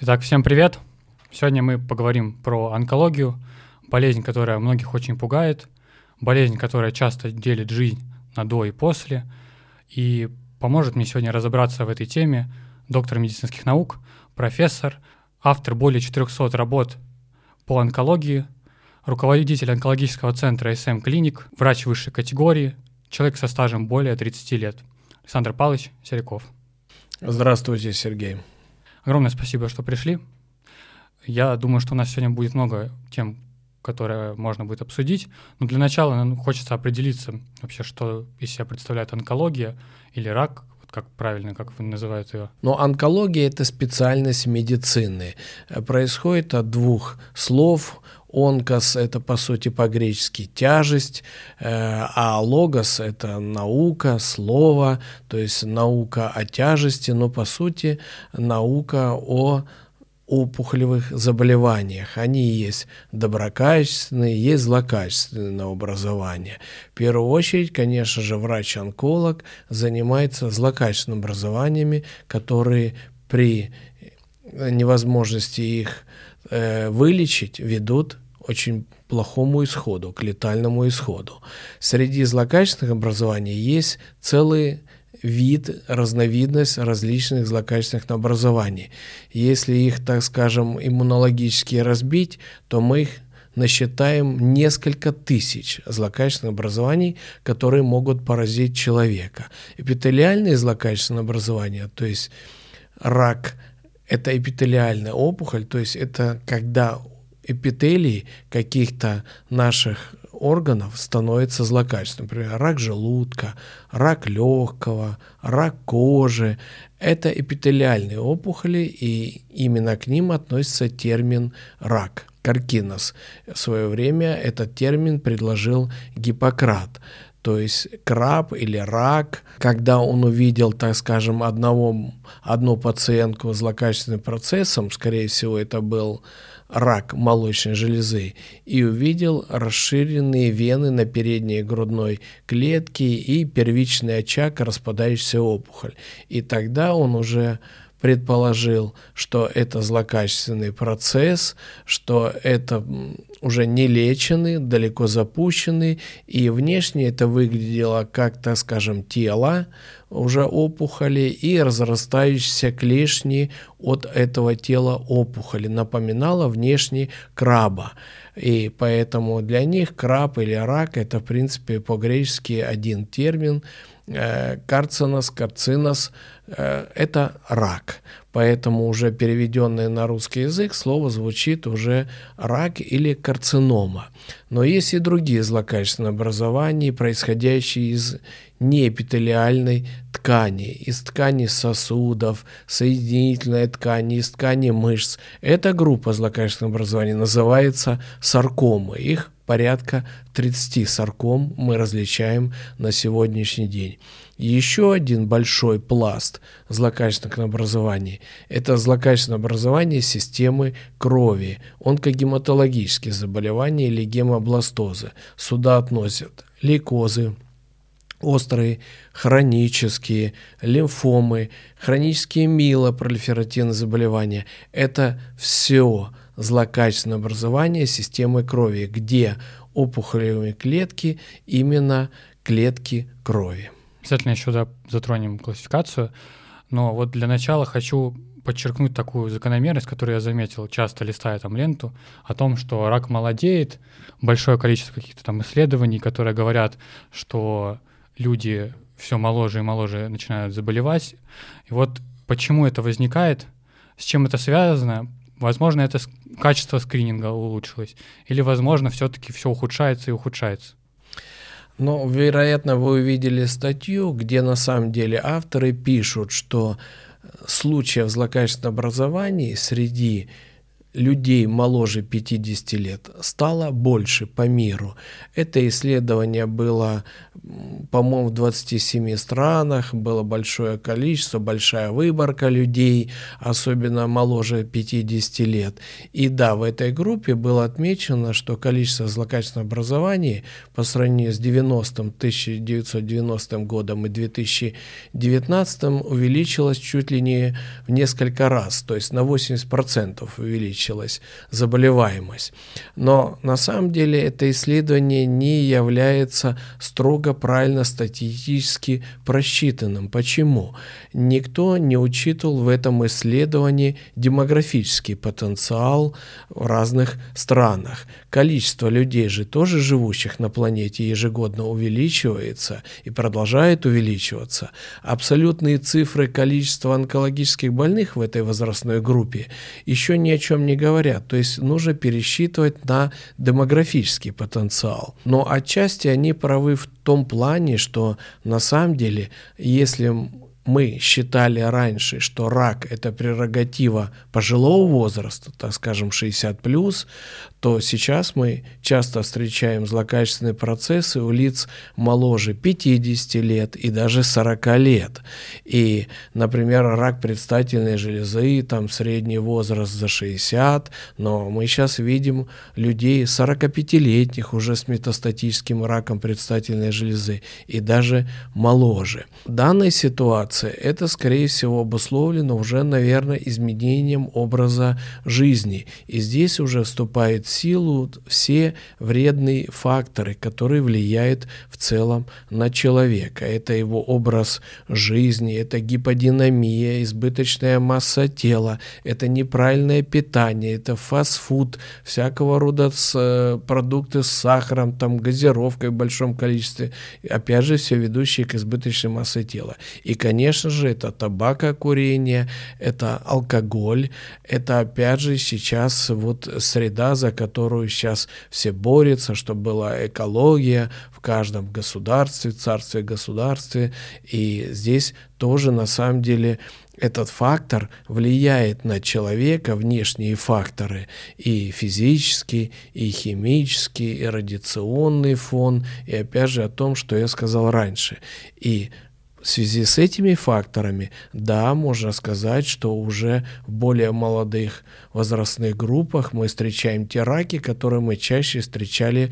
Итак, всем привет! Сегодня мы поговорим про онкологию, болезнь, которая многих очень пугает, болезнь, которая часто делит жизнь на до и после. И поможет мне сегодня разобраться в этой теме доктор медицинских наук, профессор, автор более 400 работ по онкологии, руководитель онкологического центра СМ Клиник, врач высшей категории, человек со стажем более 30 лет. Александр Павлович Сериков. Здравствуйте, Сергей. Огромное спасибо, что пришли. Я думаю, что у нас сегодня будет много тем, которые можно будет обсудить. Но для начала нам хочется определиться вообще, что из себя представляет онкология или рак, как правильно, как вы называете ее. Но онкология – это специальность медицины. Происходит от двух слов. Онкос – это, по сути, по-гречески «тяжесть», а логос – это наука, слово, то есть наука о тяжести, но, по сути, наука о опухолевых заболеваниях. Они есть доброкачественные, есть злокачественные новообразования. В первую очередь, конечно же, врач-онколог занимается злокачественными образованиями, которые при невозможности их вылечить ведут очень плохому исходу, к летальному исходу. Среди злокачественных образований есть целый вид, разновидность различных злокачественных образований. Если их, так скажем, иммунологически разбить, то мы их насчитаем несколько тысяч злокачественных образований, которые могут поразить человека. Эпителиальные злокачественные образования, то есть рак, это эпителиальная опухоль, то есть это когда эпителий каких-то наших органов становится злокачественным. Например, рак желудка, рак легкого, рак кожи. Это эпителиальные опухоли, и именно к ним относится термин «рак». Каркинос. В свое время этот термин предложил Гиппократ. То есть краб или рак, когда он увидел, так скажем, одну пациентку с злокачественным процессом, скорее всего, это был рак молочной железы, и увидел расширенные вены на передней грудной клетке и первичный очаг распадающейся опухоль. И тогда он уже предположил, что это злокачественный процесс, что это уже не леченный, далеко запущенный, и внешне это выглядело как, так скажем, тело уже опухоли и разрастающиеся клешни от этого тела опухоли, напоминало внешне краба. И поэтому для них краб или рак – это, в принципе, по-гречески один термин. Карцинос, карцинос – это рак. Поэтому уже переведенное на русский язык слово звучит уже рак или карцинома. Но есть и другие злокачественные образования, происходящие из неэпителиальной ткани, из ткани сосудов, соединительной ткани, из ткани мышц. Эта группа злокачественных образований называется саркомы. Их порядка 30 сарком мы различаем на сегодняшний день. Еще один большой пласт злокачественных образований – это злокачественное образование системы крови, онкогематологические заболевания или гемобластозы. Сюда относят лейкозы, острые, хронические, лимфомы, хронические миелопролиферативные заболевания. Это все злокачественное образование системы крови, где опухолевые клетки именно клетки крови. Обязательно еще затронем классификацию, но вот для начала хочу подчеркнуть такую закономерность, которую я заметил, часто листая там ленту, о том, что рак молодеет, большое количество каких-то там исследований, которые говорят, что люди все моложе и моложе начинают заболевать. И вот почему это возникает, с чем это связано? Возможно, это качество скрининга улучшилось, или, возможно, все-таки все ухудшается и ухудшается. Но, вероятно, вы увидели статью, где на самом деле авторы пишут, что случаев злокачественных образований среди людей моложе 50 лет стало больше по миру. Это исследование было, по-моему, в 27 странах, было большое количество, большая выборка людей, особенно моложе 50 лет. И да, в этой группе было отмечено, что количество злокачественных образований по сравнению с 1990 годом и 2019 увеличилось чуть ли не в несколько раз, то есть на 80% увеличилась заболеваемость. Но на самом деле это исследование не является строго правильно статистически просчитанным. Почему? Никто не учитывал в этом исследовании демографический потенциал в разных странах. Количество людей же тоже живущих на планете ежегодно увеличивается и продолжает увеличиваться. Абсолютные цифры количества онкологических больных в этой возрастной группе еще ни о чем не говорят. То есть нужно пересчитывать на демографический потенциал. Но отчасти они правы в том плане, что на самом деле, если мы считали раньше, что рак – это прерогатива пожилого возраста, так скажем, 60+, то сейчас мы часто встречаем злокачественные процессы у лиц моложе 50 лет и даже 40 лет. И, например, рак предстательной железы, там средний возраст за 60, но мы сейчас видим людей 45-летних уже с метастатическим раком предстательной железы и даже моложе. В данной ситуации это, скорее всего, обусловлено уже, наверное, изменением образа жизни. И здесь уже вступают в силу все вредные факторы, которые влияют в целом на человека. Это его образ жизни, это гиподинамия, избыточная масса тела, это неправильное питание, это фастфуд, всякого рода продукты с сахаром, там, газировкой в большом количестве. Опять же, все ведущие к избыточной массе тела. И, конечно же, это табакокурение, это алкоголь, это, опять же, сейчас вот среда, за которую сейчас все борются, чтобы была экология в каждом государстве, царстве, государстве. И здесь тоже, на самом деле, этот фактор влияет на человека, внешние факторы, и физический, и химический, и радиационный фон, и опять же о том, что я сказал раньше. И в связи с этими факторами, да, можно сказать, что уже в более молодых возрастных группах мы встречаем те раки, которые мы чаще встречали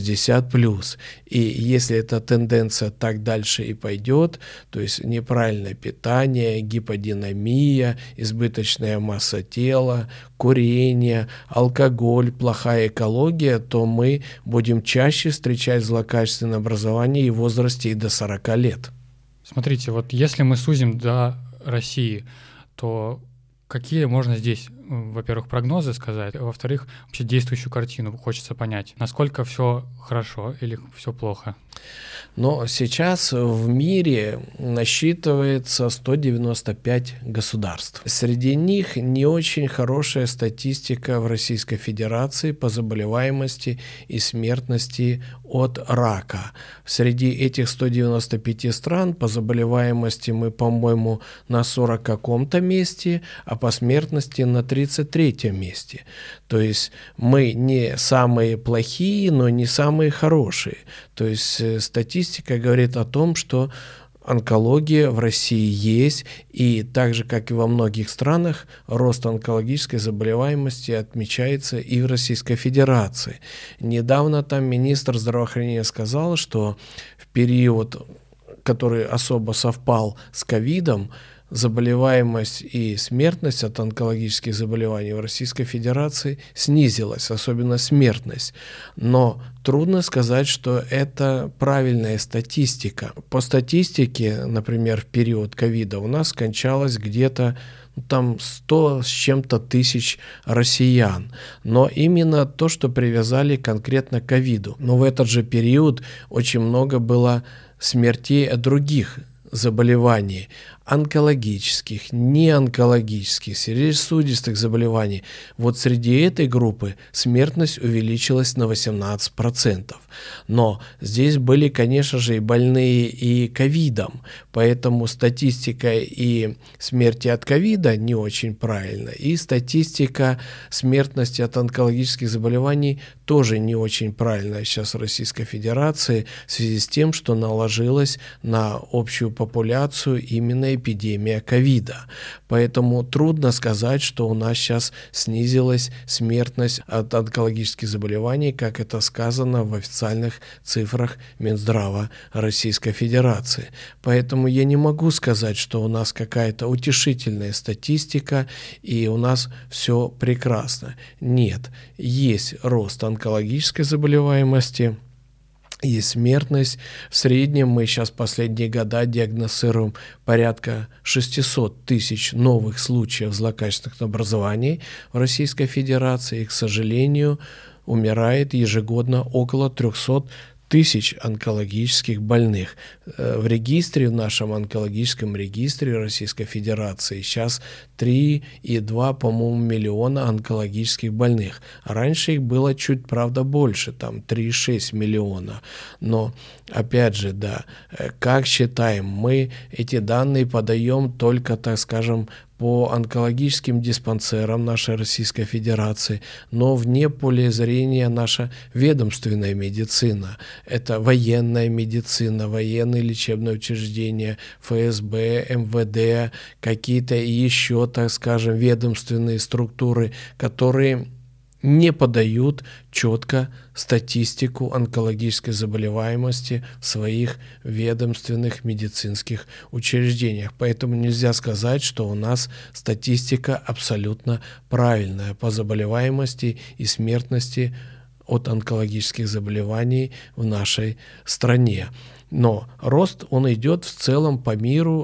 60+. И если эта тенденция так дальше и пойдет, то есть неправильное питание, гиподинамия, избыточная масса тела, курение, алкоголь, плохая экология, то мы будем чаще встречать злокачественное образование и в возрасте и до 40 лет. Смотрите, вот если мы сузим до России, то какие можно здесь, во-первых, прогнозы сказать, а во-вторых, вообще действующую картину хочется понять, насколько все хорошо или все плохо? Но сейчас в мире насчитывается 195 государств. Среди них не очень хорошая статистика в Российской Федерации по заболеваемости и смертности от рака. Среди этих 195 стран по заболеваемости мы, по-моему, на 40 каком-то месте, а по смертности на 33-м месте. То есть мы не самые плохие, но не самые хорошие. То есть статистика говорит о том, что онкология в России есть, и так же, как и во многих странах, рост онкологической заболеваемости отмечается и в Российской Федерации. Недавно там министр здравоохранения сказал, что в период, который особо совпал с ковидом, заболеваемость и смертность от онкологических заболеваний в Российской Федерации снизилась, особенно смертность. Но трудно сказать, что это правильная статистика. По статистике, например, в период ковида у нас скончалось где-то там 100 с чем-то тысяч россиян. Но именно то, что привязали конкретно к ковиду. Но в этот же период очень много было смертей от других заболеваний, онкологических, неонкологических, сердечно-сосудистых заболеваний, вот среди этой группы смертность увеличилась на 18%. Но здесь были, конечно же, и больные и ковидом, поэтому статистика и смерти от ковида не очень правильна, и статистика смертности от онкологических заболеваний тоже не очень правильная сейчас в Российской Федерации в связи с тем, что наложилась на общую популяцию именно эпидемия ковида. Поэтому трудно сказать, что у нас сейчас снизилась смертность от онкологических заболеваний, как это сказано в официальных цифрах Минздрава Российской Федерации. Поэтому я не могу сказать, что у нас какая-то утешительная статистика и у нас все прекрасно. Нет, есть рост онкологической заболеваемости, есть смертность. В среднем мы сейчас последние года диагностируем порядка 600 тысяч новых случаев злокачественных образований в Российской Федерации. И, к сожалению, умирает ежегодно около 300 тысяч онкологических больных. В регистре, в нашем онкологическом регистре Российской Федерации сейчас 3,2, по-моему, миллиона онкологических больных. Раньше их было чуть, правда, больше, там 3,6 миллиона. Но, опять же, да, как считаем, мы эти данные подаем только, так скажем, по онкологическим диспансерам нашей Российской Федерации, но вне поля зрения наша ведомственная медицина. Это военная медицина, военные лечебные учреждения, ФСБ, МВД, какие-то еще, так скажем, ведомственные структуры, которые не подают четко статистику онкологической заболеваемости в своих ведомственных медицинских учреждениях. Поэтому нельзя сказать, что у нас статистика абсолютно правильная по заболеваемости и смертности от онкологических заболеваний в нашей стране. Но рост, он идет в целом по миру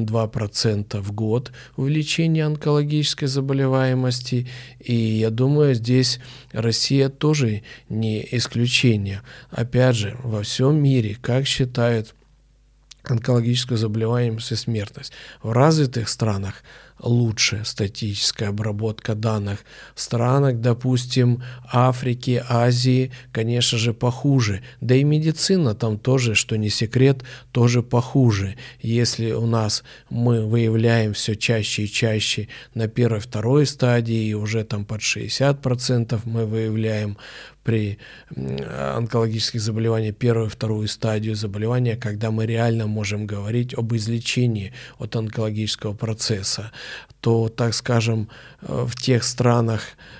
1-2% в год увеличения онкологической заболеваемости. И я думаю, здесь Россия тоже не исключение. Опять же, во всем мире, как считают онкологическую заболеваемость и смертность, в развитых странах лучше статистическая обработка данных. В странах, допустим, Африки, Азии, конечно же, похуже. Да и медицина там тоже, что не секрет, тоже похуже. Если у нас мы выявляем все чаще и чаще на первой-второй стадии, и уже там под 60% мы выявляем при онкологических заболеваниях первую и вторую стадию заболевания, когда мы реально можем говорить об излечении от онкологического процесса, то, так скажем, в тех странах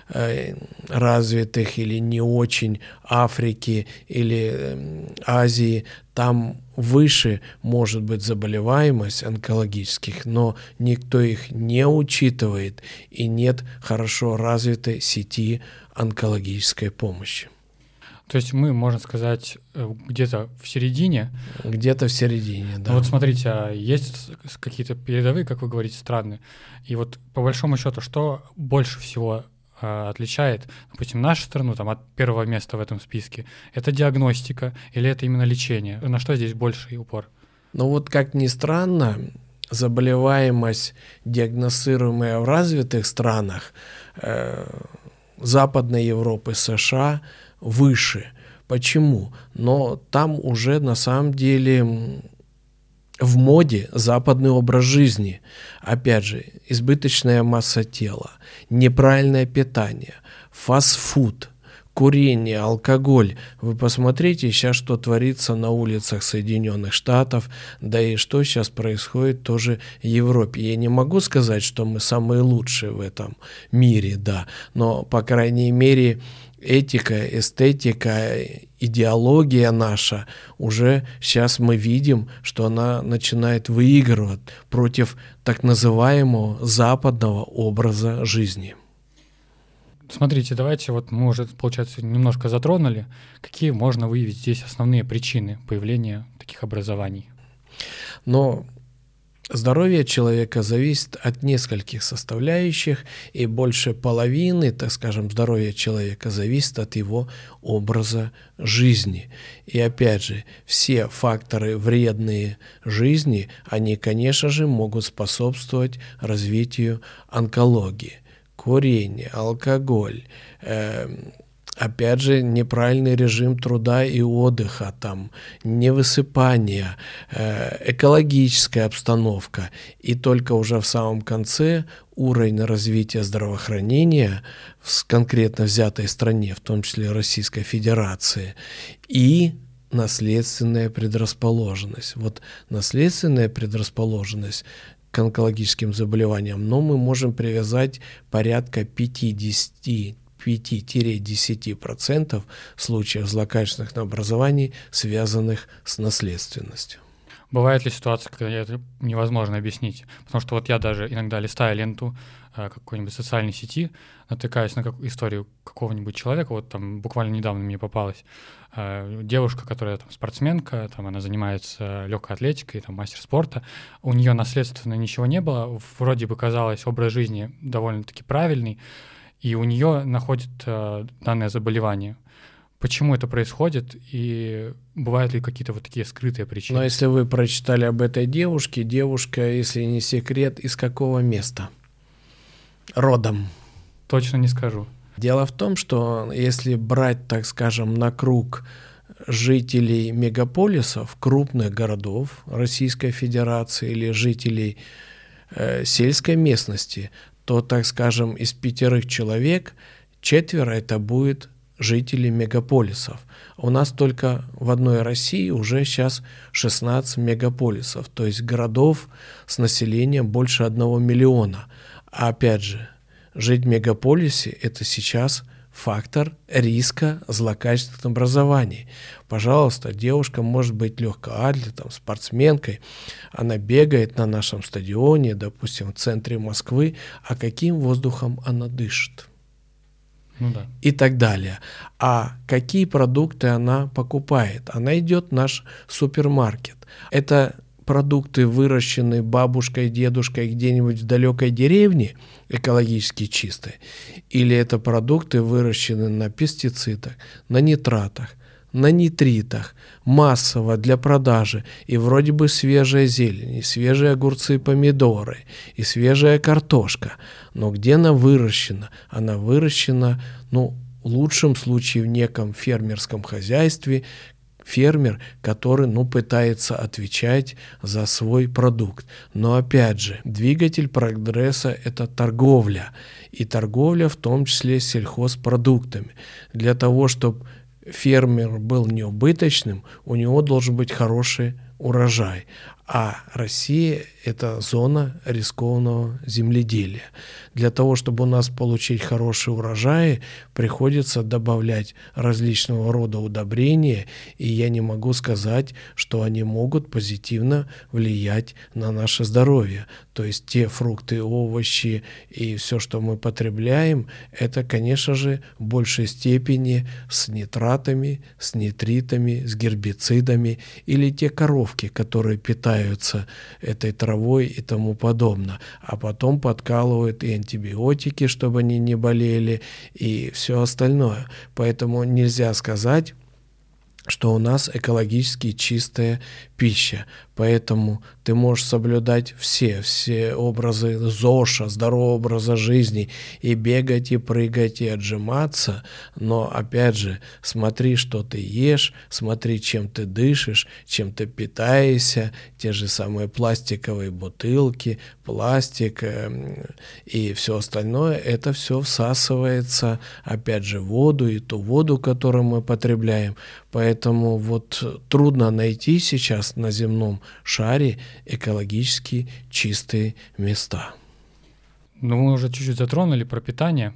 развитых или не очень Африки или Азии, там выше может быть заболеваемость онкологических, но никто их не учитывает и нет хорошо развитой сети онкологической помощи. То есть мы, можно сказать, где-то в середине. Где-то в середине, да. Но вот смотрите, а есть какие-то передовые, как вы говорите, страны. И вот по большому счету, что больше всего отличает, допустим, нашу страну там, от первого места в этом списке? Это диагностика или это именно лечение? На что здесь больший упор? Ну вот, как ни странно, заболеваемость, диагностируемая в развитых странах Западной Европы, США, выше. Почему? Но там уже на самом деле в моде западный образ жизни. Опять же, избыточная масса тела, неправильное питание, фастфуд, курение, алкоголь. Вы посмотрите сейчас, что творится на улицах Соединенных Штатов, да и что сейчас происходит тоже в Европе. Я не могу сказать, что мы самые лучшие в этом мире, да, но, по крайней мере, этика, эстетика, идеология наша, уже сейчас мы видим, что она начинает выигрывать против так называемого западного образа жизни. Смотрите, давайте вот мы уже, получается, немножко затронули. Какие можно выявить здесь основные причины появления таких образований? Но Здоровье человека зависит от нескольких составляющих, и больше половины, так скажем, здоровья человека зависит от его образа жизни. И опять же, все факторы вредные жизни, они, конечно же, могут способствовать развитию онкологии. Курение, алкоголь, опять же, неправильный режим труда и отдыха, там, невысыпание, экологическая обстановка. И только уже в самом конце уровень развития здравоохранения в конкретно взятой стране, в том числе Российской Федерации, и наследственная предрасположенность. Вот наследственная предрасположенность к онкологическим заболеваниям, но мы можем привязать порядка 5-10% случаев злокачественных новообразований, связанных с наследственностью. Бывает ли ситуация, когда это невозможно объяснить? Потому что вот я даже иногда листаю ленту какой-нибудь социальной сети, натыкаюсь на историю какого-нибудь человека, вот там буквально недавно мне попалась девушка, которая там спортсменка, там она занимается легкой атлетикой, там мастер спорта, у нее наследственно ничего не было, вроде бы казалось образ жизни довольно-таки правильный, и у нее находят данное заболевание. Почему это происходит, и бывают ли какие-то вот такие скрытые причины? Но если вы прочитали об этой девушке, девушка, если не секрет, из какого места? Родом? Точно не скажу. Дело в том, что если брать, так скажем, на круг жителей мегаполисов, крупных городов Российской Федерации или жителей сельской местности, то, так скажем, из 5 человек 4 это будет жители мегаполисов. У нас только в одной России уже сейчас 16 мегаполисов, то есть городов с населением больше 1 миллиона. А опять же, жить в мегаполисе – это сейчас фактор риска злокачественных образований. Пожалуйста, девушка может быть легкоатлетом, спортсменкой, она бегает на нашем стадионе, допустим, в центре Москвы, а каким воздухом она дышит? Ну да. И так далее. А какие продукты она покупает? Она идет в наш супермаркет. Это продукты, выращенные бабушкой, дедушкой где-нибудь в далекой деревне, экологически чистые, или это продукты, выращенные на пестицидах, на нитратах, на нитритах, массово для продажи, и вроде бы свежая зелень, и свежие огурцы и помидоры, и свежая картошка. Но где она выращена? Она выращена, в лучшем случае, в неком фермерском хозяйстве, фермер, который, пытается отвечать за свой продукт. Но опять же, двигатель прогресса – это торговля. И торговля в том числе с сельхозпродуктами. Для того, чтобы фермер был неубыточным, у него должен быть хороший урожай. А Россия – это зона рискованного земледелия. Для того, чтобы у нас получить хорошие урожаи, приходится добавлять различного рода удобрения, и я не могу сказать, что они могут позитивно влиять на наше здоровье. То есть те фрукты, овощи и все, что мы потребляем, это, конечно же, в большей степени с нитратами, с нитритами, с гербицидами, или те коровки, которые питаются этой травой и тому подобное. А потом подкалывают и антибиотики, чтобы они не болели, и все остальное. Поэтому нельзя сказать, что у нас экологически чистая пища. Поэтому ты можешь соблюдать все образы ЗОЖа, здорового образа жизни, и бегать, и прыгать, и отжиматься, но, опять же, смотри, что ты ешь, смотри, чем ты дышишь, чем ты питаешься, те же самые пластиковые бутылки, пластик и все остальное, это все всасывается, опять же, в воду, и ту воду, которую мы потребляем. Поэтому вот трудно найти сейчас на земном шаре экологически чистые места. Мы уже чуть-чуть затронули про питание.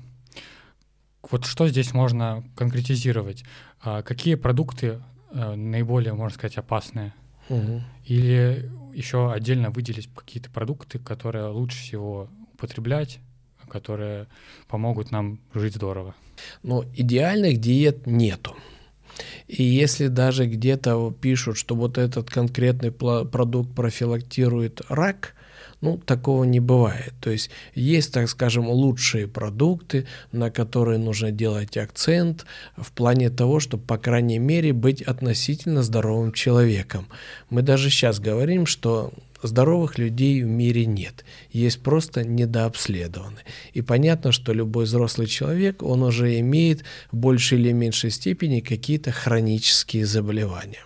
Вот что здесь можно конкретизировать? Какие продукты наиболее, можно сказать, опасные? Угу. Или еще отдельно выделить какие-то продукты, которые лучше всего употреблять, которые помогут нам жить здорово? Идеальных диет нету. И если даже где-то пишут, что вот этот конкретный продукт профилактирует рак, Ну, такого не бывает. То есть есть, так скажем, лучшие продукты, на которые нужно делать акцент в плане того, чтобы, по крайней мере, быть относительно здоровым человеком. Мы даже сейчас говорим, что здоровых людей в мире нет, есть просто недообследованные. И понятно, что любой взрослый человек, он уже имеет в большей или меньшей степени какие-то хронические заболевания.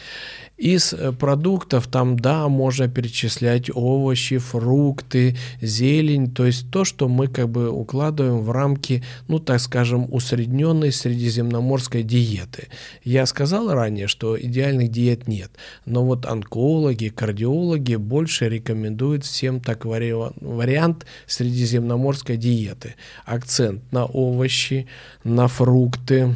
Из продуктов там, да, можно перечислять овощи, фрукты, зелень, то есть то, что мы как бы укладываем в рамки, ну, так скажем, усредненной средиземноморской диеты. Я сказал ранее, что идеальных диет нет, но вот онкологи, кардиологи больше рекомендуют всем так вариант средиземноморской диеты. Акцент на овощи, на фрукты,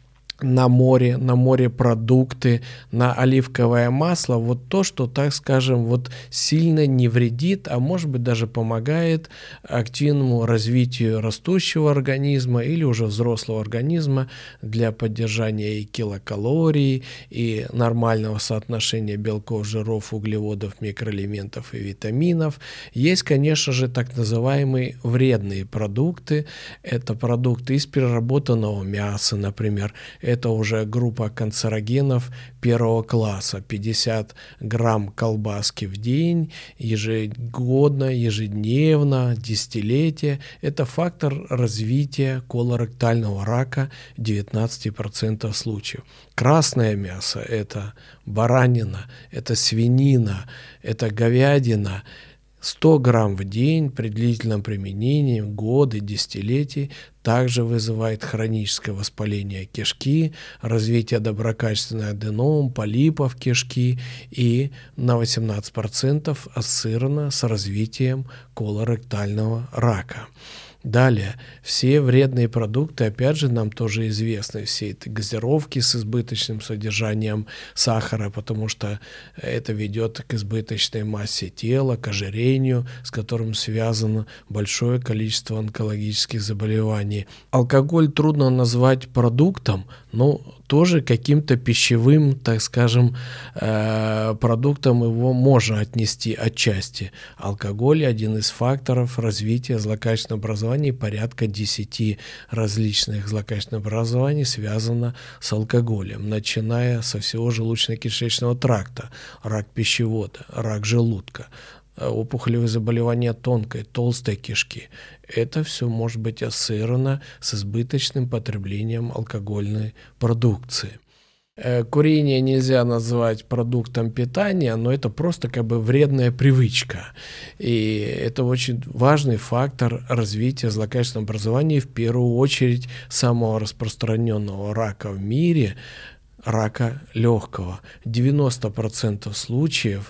на морепродукты, на оливковое масло, вот то, что, так скажем, вот сильно не вредит, а может быть даже помогает активному развитию растущего организма или уже взрослого организма для поддержания и килокалорий, и нормального соотношения белков, жиров, углеводов, микроэлементов и витаминов. Есть, конечно же, так называемые вредные продукты. Это продукты из переработанного мяса, например. Это уже группа канцерогенов первого класса. 50 грамм колбаски в день, ежегодно, ежедневно, десятилетие. Это фактор развития колоректального рака в 19% случаев. Красное мясо – это баранина, это свинина, это говядина. 100 грамм в день при длительном применении, годы, десятилетий, также вызывает хроническое воспаление кишки, развитие доброкачественных аденом, полипов кишки и на 18% ассоциировано с развитием колоректального рака. Далее, все вредные продукты, опять же, нам тоже известны, все эти газировки с избыточным содержанием сахара, потому что это ведет к избыточной массе тела, к ожирению, с которым связано большое количество онкологических заболеваний. Алкоголь трудно назвать продуктом, но тоже каким-то пищевым, так скажем, продуктом его можно отнести отчасти. Алкоголь – один из факторов развития злокачественного образования, порядка 10 различных злокачественных образований связано с алкоголем, начиная со всего желудочно-кишечного тракта, рак пищевода, рак желудка, опухолевые заболевания тонкой, толстой кишки. Это все может быть ассоциировано с избыточным потреблением алкогольной продукции. Курение нельзя назвать продуктом питания, но это просто как бы вредная привычка. И это очень важный фактор развития злокачественного образования, в первую очередь самого распространенного рака в мире, рака легкого. 90% случаев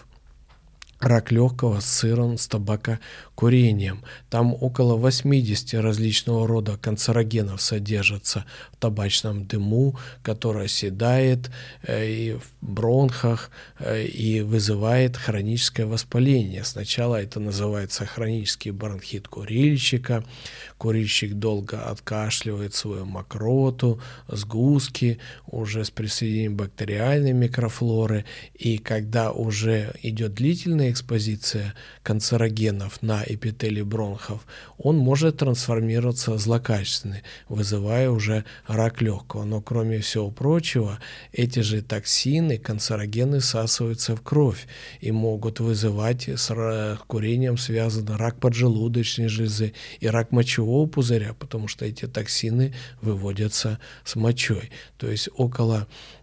рак легкого ассоциирован с табакокурением. Там около 80 различного рода канцерогенов содержатся в табачном дыму, который оседает и в бронхах и вызывает хроническое воспаление. Сначала это называется хронический бронхит курильщика. Курильщик долго откашливает свою мокроту, сгустки уже с присоединением бактериальной микрофлоры. И когда уже идет длительная экспозиция канцерогенов на эпителий бронхов, он может трансформироваться в злокачественный, вызывая уже рак легкого. Но кроме всего прочего, эти же токсины, канцерогены всасываются в кровь и могут вызывать с курением связан рак поджелудочной железы и рак мочевого пузыря, потому что эти токсины выводятся с мочой. То есть около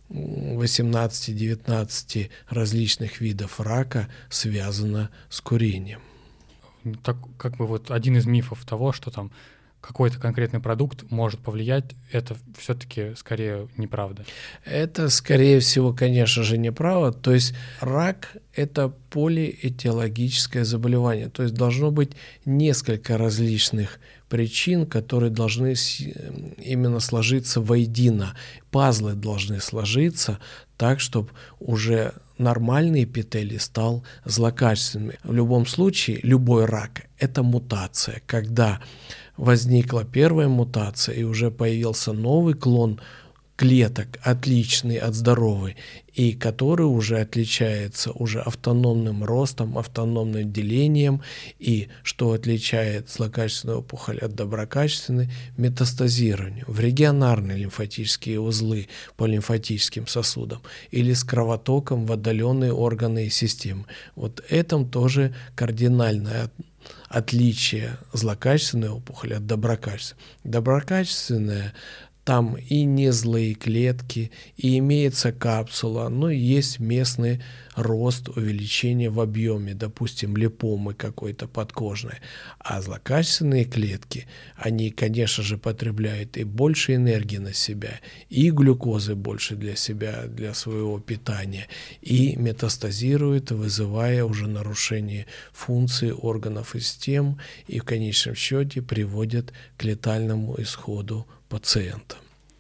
18-19 различных видов рака связано с курением. Так, как бы вот один из мифов того, что там какой-то конкретный продукт может повлиять, это все-таки скорее неправда. Это, скорее всего, конечно же, неправда. То есть рак – это полиэтиологическое заболевание. То есть должно быть несколько различных причин, которые должны именно сложиться воедино. Пазлы должны сложиться так, чтобы уже нормальный эпителий стал злокачественным. В любом случае, любой рак – это мутация. Когда возникла первая мутация и уже появился новый клон клеток отличный от здоровой, и который уже отличается уже автономным ростом, автономным делением, и что отличает злокачественную опухоль от доброкачественной, метастазированием в регионарные лимфатические узлы по лимфатическим сосудам или с кровотоком в отдаленные органы и системы. Вот этом тоже кардинальное отличие злокачественной опухоли от доброкачественной. Доброкачественная там и не злые клетки, и имеется капсула, но и есть местный рост, увеличение в объеме, допустим, липомы какой-то подкожной. А злокачественные клетки, они, конечно же, потребляют и больше энергии на себя, и глюкозы больше для себя, для своего питания, и метастазируют, вызывая уже нарушение функции органов и систем, и в конечном счете приводят к летальному исходу пациента.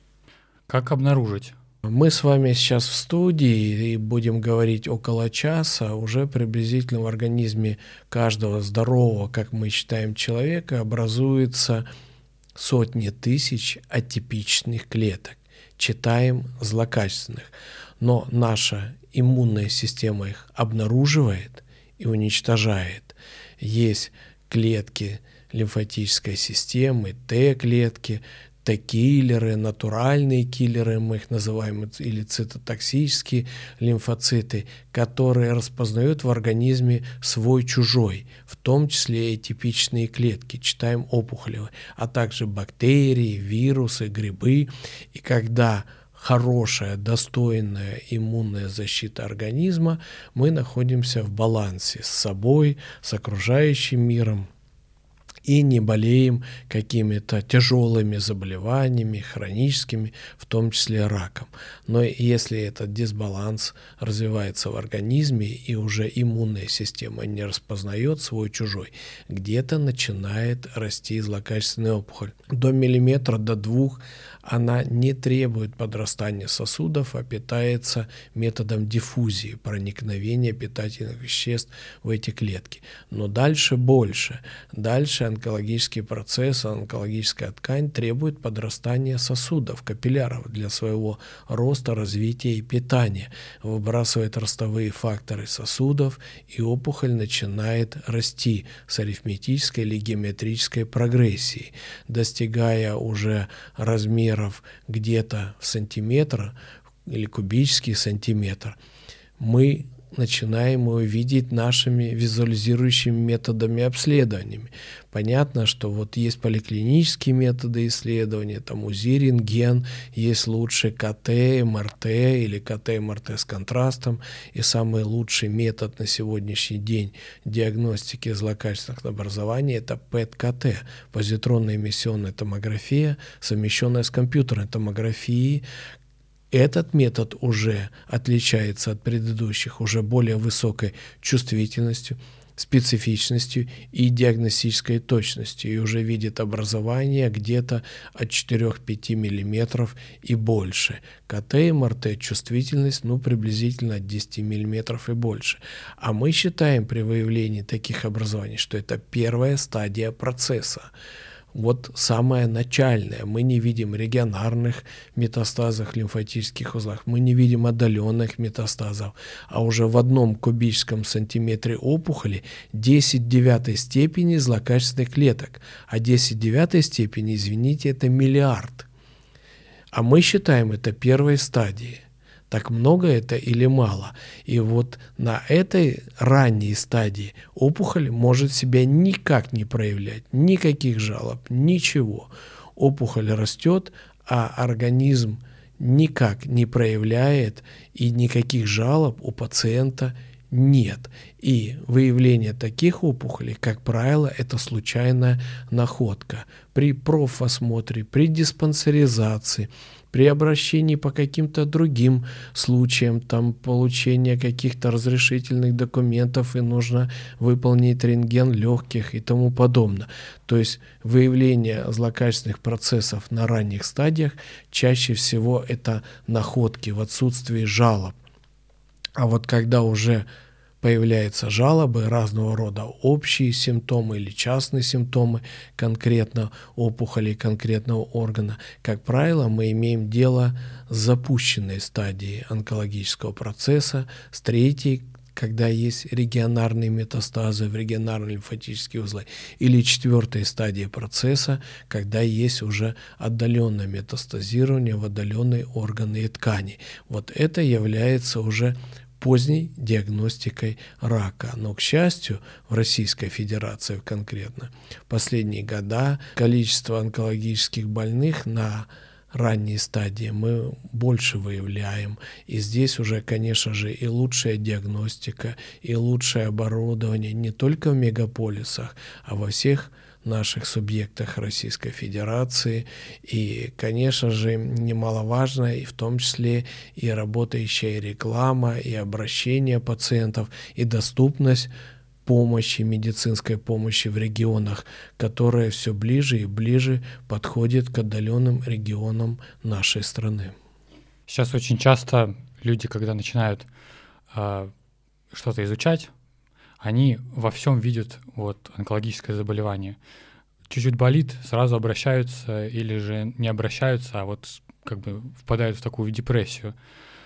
Как обнаружить? Мы с вами сейчас в студии и будем говорить около часа. Уже приблизительно в организме каждого здорового, как мы считаем, человека образуется сотни тысяч атипичных клеток. Читаем злокачественных. Но наша иммунная система их обнаруживает и уничтожает. Есть клетки лимфатической системы, Т-клетки, Т-киллеры, натуральные киллеры, мы их называем, или цитотоксические лимфоциты, которые распознают в организме свой-чужой, в том числе и типичные клетки, читаем опухолевые, а также бактерии, вирусы, грибы. И когда хорошая, достойная иммунная защита организма, мы находимся в балансе с собой, с окружающим миром, и не болеем какими-то тяжелыми заболеваниями, хроническими, в том числе раком. Но если этот дисбаланс развивается в организме, и уже иммунная система не распознает свой-чужой, где-то начинает расти злокачественная опухоль. До миллиметра, до 2 она не требует подрастания сосудов, а питается методом диффузии, проникновения питательных веществ в эти клетки. Но дальше больше. Дальше онкологический процесс, онкологическая ткань требует подрастания сосудов, капилляров для своего роста, развития и питания. Выбрасывает ростовые факторы сосудов, и опухоль начинает расти с арифметической или геометрической прогрессией, достигая уже размеров где-то в сантиметр или кубический сантиметр. Мы начинаем его видеть нашими визуализирующими методами обследованиями. Понятно, что вот есть поликлинические методы исследования, там УЗИ, рентген, есть лучший КТ, МРТ или КТ, МРТ с контрастом, и самый лучший метод на сегодняшний день диагностики злокачественных образований — это ПЭТ-КТ, позитронная эмиссионная томография, совмещенная с компьютерной томографией. Этот метод уже отличается от предыдущих уже более высокой чувствительностью, специфичностью и диагностической точностью, и уже видит образование где-то от 4-5 мм и больше. КТ и МРТ чувствительность приблизительно от 10 мм и больше. А мы считаем при выявлении таких образований, что это первая стадия процесса. Вот самое начальное. Мы не видим регионарных метастазов в лимфатических узлах, мы не видим отдаленных метастазов, а уже в 1 кубическом сантиметре опухоли 10⁹ степени злокачественных клеток. А 10⁹ степени, извините, это миллиард. А мы считаем это первой стадией. Так много это или мало? И вот на этой ранней стадии опухоль может себя никак не проявлять, никаких жалоб, ничего. Опухоль растет, а организм никак не проявляет, и никаких жалоб у пациента нет. И выявление таких опухолей, как правило, это случайная находка. При профосмотре, при диспансеризации, при обращении по каким-то другим случаям, там получения каких-то разрешительных документов, и нужно выполнить рентген легких и тому подобное. То есть выявление злокачественных процессов на ранних стадиях чаще всего это находки в отсутствии жалоб. А вот когда уже появляются жалобы разного рода, общие симптомы или частные симптомы конкретно опухоли конкретного органа, как правило, мы имеем дело с запущенной стадией онкологического процесса, с третьей, когда есть регионарные метастазы в регионарные лимфатические узлы, или четвертой стадии процесса, когда есть уже отдаленное метастазирование в отдаленные органы и ткани. Вот это является уже поздней диагностикой рака. Но, к счастью, в Российской Федерации конкретно в последние года количество онкологических больных на ранней стадии мы больше выявляем. И здесь уже, конечно же, и лучшая диагностика, и лучшее оборудование не только в мегаполисах, а во всех наших субъектах Российской Федерации. И, конечно же, немаловажно, и в том числе и работающая реклама, и обращение пациентов, и доступность помощи, медицинской помощи в регионах, которая все ближе и ближе подходит к отдаленным регионам нашей страны. Сейчас очень часто люди, когда начинают что-то изучать, они во всем видят вот онкологическое заболевание. Чуть-чуть болит, сразу обращаются или же не обращаются, а вот как бы впадают в такую депрессию.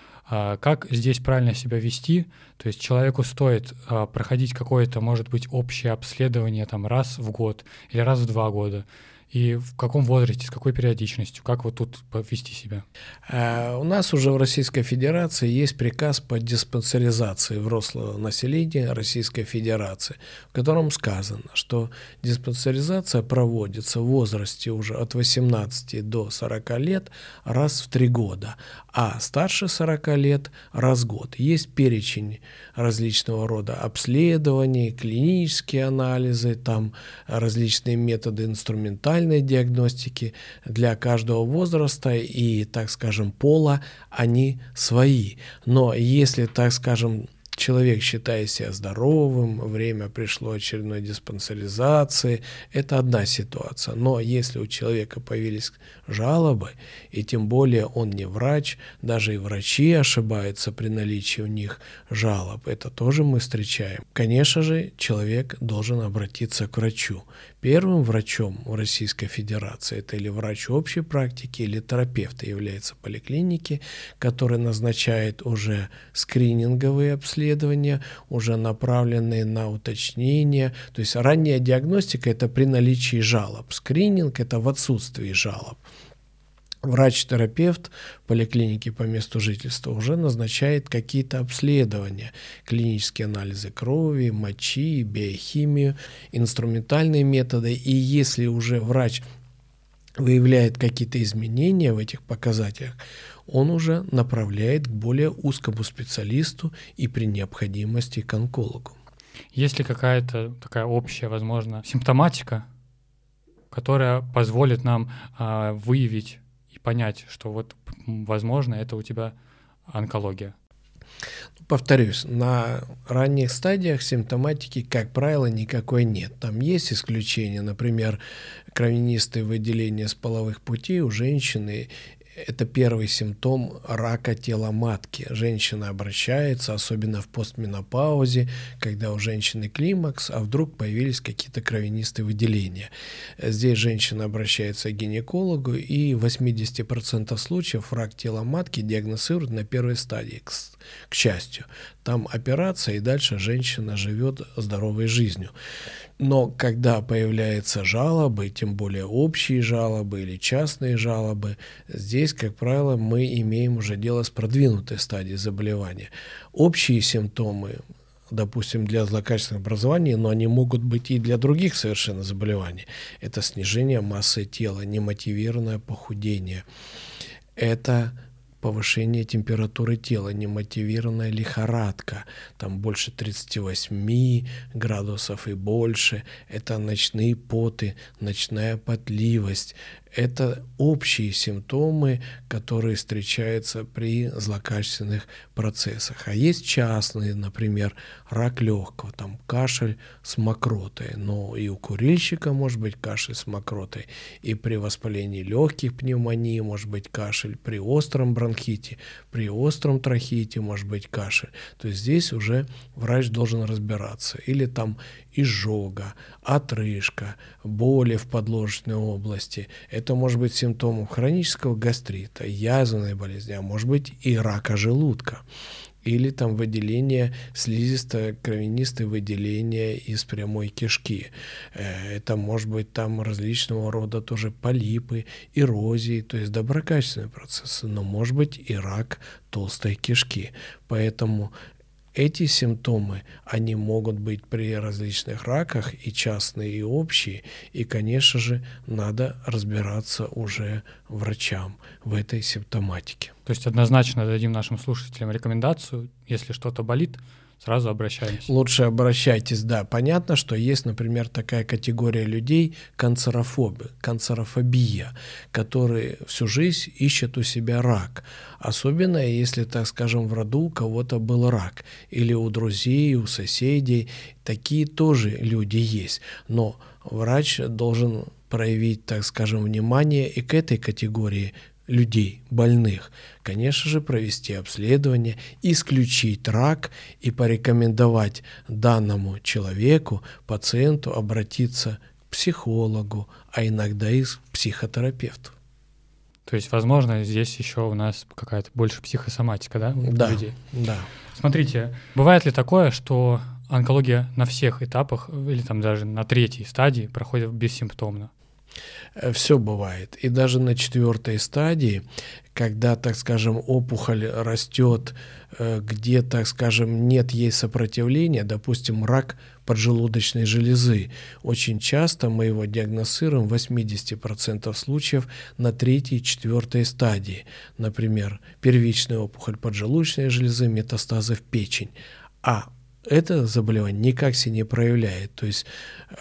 Как здесь правильно себя вести? То есть человеку стоит проходить какое-то, может быть, общее обследование там раз в год или раз в 2 года. И в каком возрасте, с какой периодичностью, как вот тут повести себя? У нас уже в Российской Федерации есть приказ по диспансеризации взрослого населения Российской Федерации, в котором сказано, что диспансеризация проводится в возрасте уже от 18 до 40 лет раз в 3 года, а старше 40 лет раз в год. Есть перечень различного рода обследований, клинические анализы, там различные методы инструментальной диагностики для каждого возраста и, так скажем, пола, они свои. Но если, так скажем, человек считает себя здоровым, время пришло очередной диспансеризации, это одна ситуация. Но если у человека появились жалобы, и тем более он не врач, даже и врачи ошибаются при наличии у них жалоб, это тоже мы встречаем. Конечно же, человек должен обратиться к врачу. Первым врачом в Российской Федерации это или врач общей практики, или терапевт является поликлиники, который назначает уже скрининговые обследования, уже направленные на уточнение. То есть ранняя диагностика – это при наличии жалоб. Скрининг – это в отсутствии жалоб. Врач-терапевт в поликлинике по месту жительства уже назначает какие-то обследования, клинические анализы крови, мочи, биохимию, инструментальные методы. И если уже врач выявляет какие-то изменения в этих показателях, он уже направляет к более узкому специалисту и при необходимости к онкологу. Есть ли какая-то такая общая, возможно, симптоматика, которая позволит нам выявить и понять, что вот, возможно, это у тебя онкология? Повторюсь, на ранних стадиях симптоматики, как правило, никакой нет. Там есть исключения, например, кровянистые выделения с половых путей у женщины. Это первый симптом рака тела матки. Женщина обращается, особенно в постменопаузе, когда у женщины климакс, а вдруг появились какие-то кровянистые выделения. Здесь женщина обращается к гинекологу, и в 80% случаев рак тела матки диагностируют на первой стадии, к счастью. Там операция, и дальше женщина живет здоровой жизнью. Но когда появляются жалобы, тем более общие жалобы или частные жалобы, здесь, как правило, мы имеем уже дело с продвинутой стадией заболевания. Общие симптомы, допустим, для злокачественных образований, но они могут быть и для других совершенно заболеваний. Это снижение массы тела, немотивированное похудение. Это повышение температуры тела, немотивированная лихорадка, там больше 38 градусов и больше, это ночные поты, ночная потливость, Это общие симптомы, которые встречаются при злокачественных процессах. А есть частные, например, рак легкого, там кашель с мокротой. Но и у курильщика может быть кашель с мокротой, и при воспалении легких, пневмонии может быть кашель, при остром бронхите, при остром трахеите может быть кашель. То есть здесь уже врач должен разбираться. Или там изжога, отрыжка, боли в подложечной области. Это может быть симптомом хронического гастрита, язвенной болезни, а может быть и рака желудка. Или там выделение слизисто-кровянистые выделения из прямой кишки. Это может быть там различного рода тоже полипы, эрозии, то есть доброкачественные процессы, но может быть и рак толстой кишки. Поэтому эти симптомы, они могут быть при различных раках, и частные, и общие, и, конечно же, надо разбираться уже врачам в этой симптоматике. То есть однозначно дадим нашим слушателям рекомендацию, если что-то болит, сразу обращаемся. Лучше обращайтесь, да. Понятно, что есть, например, такая категория людей канцерофобия, которые всю жизнь ищут у себя рак. Особенно, если, так скажем, в роду у кого-то был рак. Или у друзей, у соседей. Такие тоже люди есть. Но врач должен проявить, так скажем, внимание и к этой категории людей, больных, конечно же, провести обследование, исключить рак и порекомендовать данному человеку, пациенту, обратиться к психологу, а иногда и к психотерапевту. То есть, возможно, здесь еще у нас какая-то больше психосоматика, да, у людей? Да. Смотрите, бывает ли такое, что онкология на всех этапах или там даже на 3-й стадии проходит бессимптомно? Все бывает. И даже на 4-й стадии, когда, так скажем, опухоль растет, где, так скажем, нет ей сопротивления, допустим, рак поджелудочной железы, очень часто мы его диагностируем в 80% случаев на 3-й, 4-й стадии. Например, первичная опухоль поджелудочной железы, метастазы в печень. А это заболевание никак себя не проявляет. То есть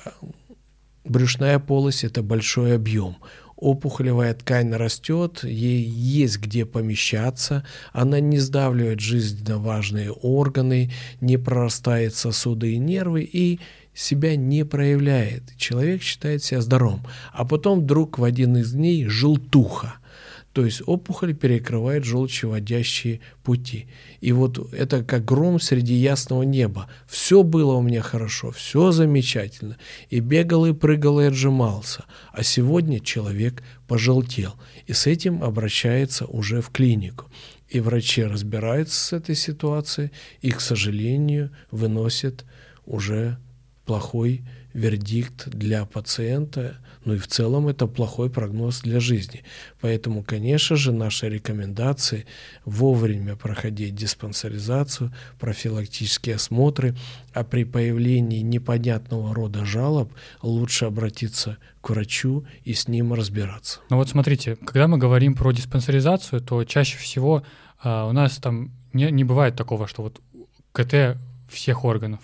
брюшная полость – это большой объем. Опухолевая ткань растет, ей есть где помещаться, она не сдавливает жизненно важные органы, не прорастает сосуды и нервы и себя не проявляет. Человек считает себя здоровым. А потом вдруг в один из дней желтуха. То есть опухоль перекрывает желчеводящие пути. И вот это как гром среди ясного неба. Все было у меня хорошо, все замечательно. И бегал, и прыгал, и отжимался. А сегодня человек пожелтел. И с этим обращается уже в клинику. И врачи разбираются с этой ситуацией и, к сожалению, выносят уже плохой вердикт для пациента, ну и в целом это плохой прогноз для жизни. Поэтому, конечно же, наши рекомендации вовремя проходить диспансеризацию, профилактические осмотры, а при появлении непонятного рода жалоб лучше обратиться к врачу и с ним разбираться. Ну вот смотрите, когда мы говорим про диспансеризацию, то чаще всего у нас там не бывает такого, что вот КТ всех органов.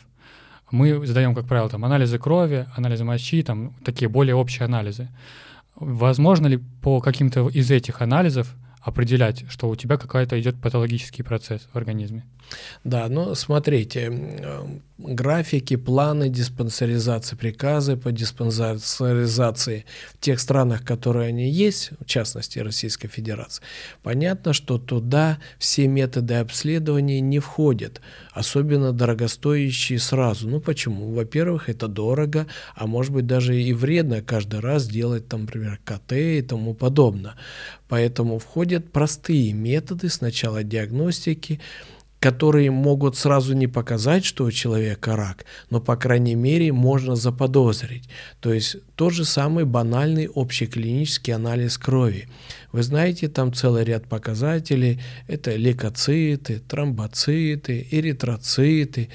Мы сдаем, как правило, там анализы крови, анализы мочи, там такие более общие анализы. Возможно ли по каким-то из этих анализов определять, что у тебя какой-то идет патологический процесс в организме? Да, но смотрите, графики, планы диспансеризации, приказы по диспансеризации в тех странах, которые они есть, в частности Российской Федерации, понятно, что туда все методы обследования не входят, особенно дорогостоящие сразу. Ну почему? Во-первых, это дорого, а может быть даже и вредно каждый раз делать, там, например, КТ и тому подобное. Поэтому входят простые методы сначала диагностики, которые могут сразу не показать, что у человека рак, но, по крайней мере, можно заподозрить. То есть тот же самый банальный общеклинический анализ крови. Вы знаете, там целый ряд показателей. Это лейкоциты, тромбоциты, эритроциты,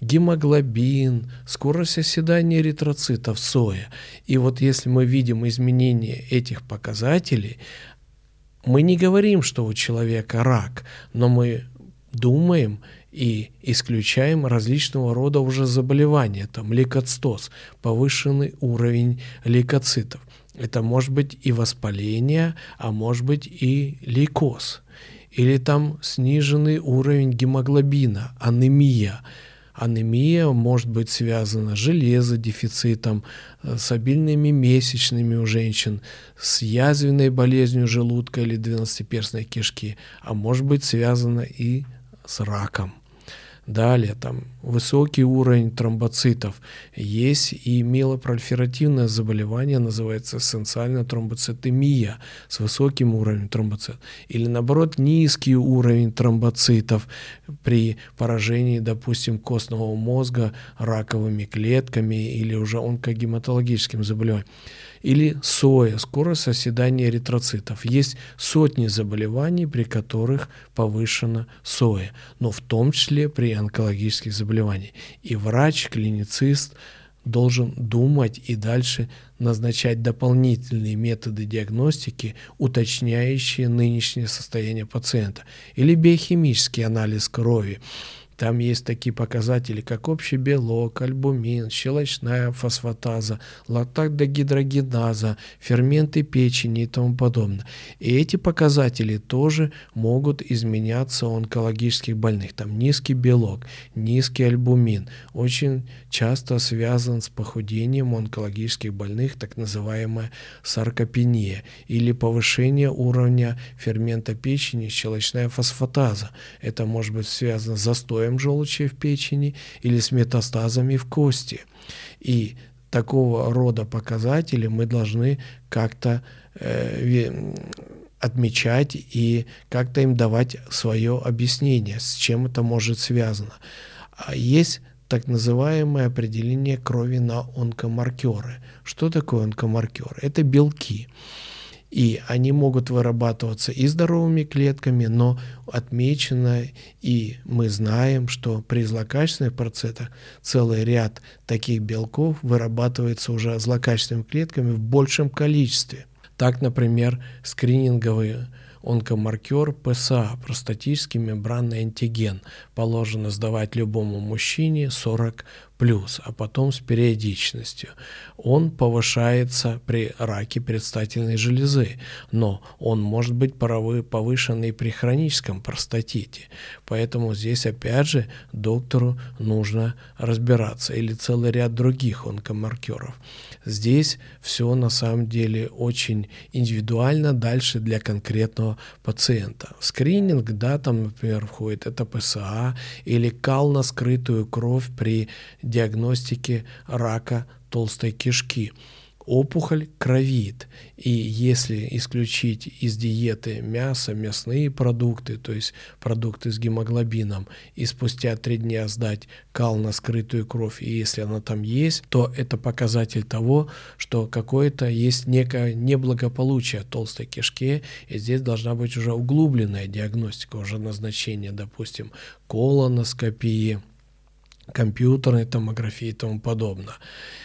гемоглобин, скорость оседания эритроцитов, соя. И вот если мы видим изменения этих показателей, мы не говорим, что у человека рак, но мы думаем и исключаем различного рода уже заболевания, там лейкоцитоз, повышенный уровень лейкоцитов. Это может быть и воспаление, а может быть и лейкоз. Или там сниженный уровень гемоглобина, анемия. Анемия может быть связана с железодефицитом, с обильными месячными у женщин, с язвенной болезнью желудка или двенадцатиперстной кишки, а может быть связана и с раком. Далее, там высокий уровень тромбоцитов. Есть и миелопролиферативное заболевание, называется эссенциальная тромбоцитемия, с высоким уровнем тромбоцитов. Или наоборот, низкий уровень тромбоцитов при поражении, допустим, костного мозга раковыми клетками или уже онкогематологическим заболеванием. Или СОЭ, скорость оседания эритроцитов. Есть сотни заболеваний, при которых повышена СОЭ, но в том числе при онкологических заболеваниях. И врач, клиницист должен думать и дальше назначать дополнительные методы диагностики, уточняющие нынешнее состояние пациента. Или биохимический анализ крови. Там есть такие показатели, как общий белок, альбумин, щелочная фосфатаза, лактатогидрогеназа, ферменты печени и тому подобное. И эти показатели тоже могут изменяться у онкологических больных. Там низкий белок, низкий альбумин очень часто связан с похудением у онкологических больных, так называемая саркопения, или повышение уровня фермента печени, щелочная фосфатаза. Это может быть связано с застоем желчи в печени или с метастазами в кости. И такого рода показатели мы должны как-то отмечать и как-то им давать свое объяснение, с чем это может связано. Есть так называемое определение крови на онкомаркеры. Что такое онкомаркеры? Это белки. И они могут вырабатываться и здоровыми клетками, но отмечено, и мы знаем, что при злокачественных процессах целый ряд таких белков вырабатывается уже злокачественными клетками в большем количестве. Так, например, скрининговый онкомаркер ПСА, простатический мембранный антиген, положено сдавать любому мужчине 40+, а потом с периодичностью. Он повышается при раке предстательной железы, но он может быть повышен и при хроническом простатите. Поэтому здесь опять же доктору нужно разбираться, или целый ряд других онкомаркеров. Здесь все на самом деле очень индивидуально дальше для конкретного пациента. В скрининг, да, там, например, входит это ПСА или кал на скрытую кровь при диагностике рака толстой кишки. Опухоль кровит, и если исключить из диеты мясо, мясные продукты, то есть продукты с гемоглобином, и спустя 3 дня сдать кал на скрытую кровь, и если она там есть, то это показатель того, что какое-то есть некое неблагополучие в толстой кишке, и здесь должна быть уже углубленная диагностика, уже назначение, допустим, колоноскопии, компьютерной томографии и тому подобное.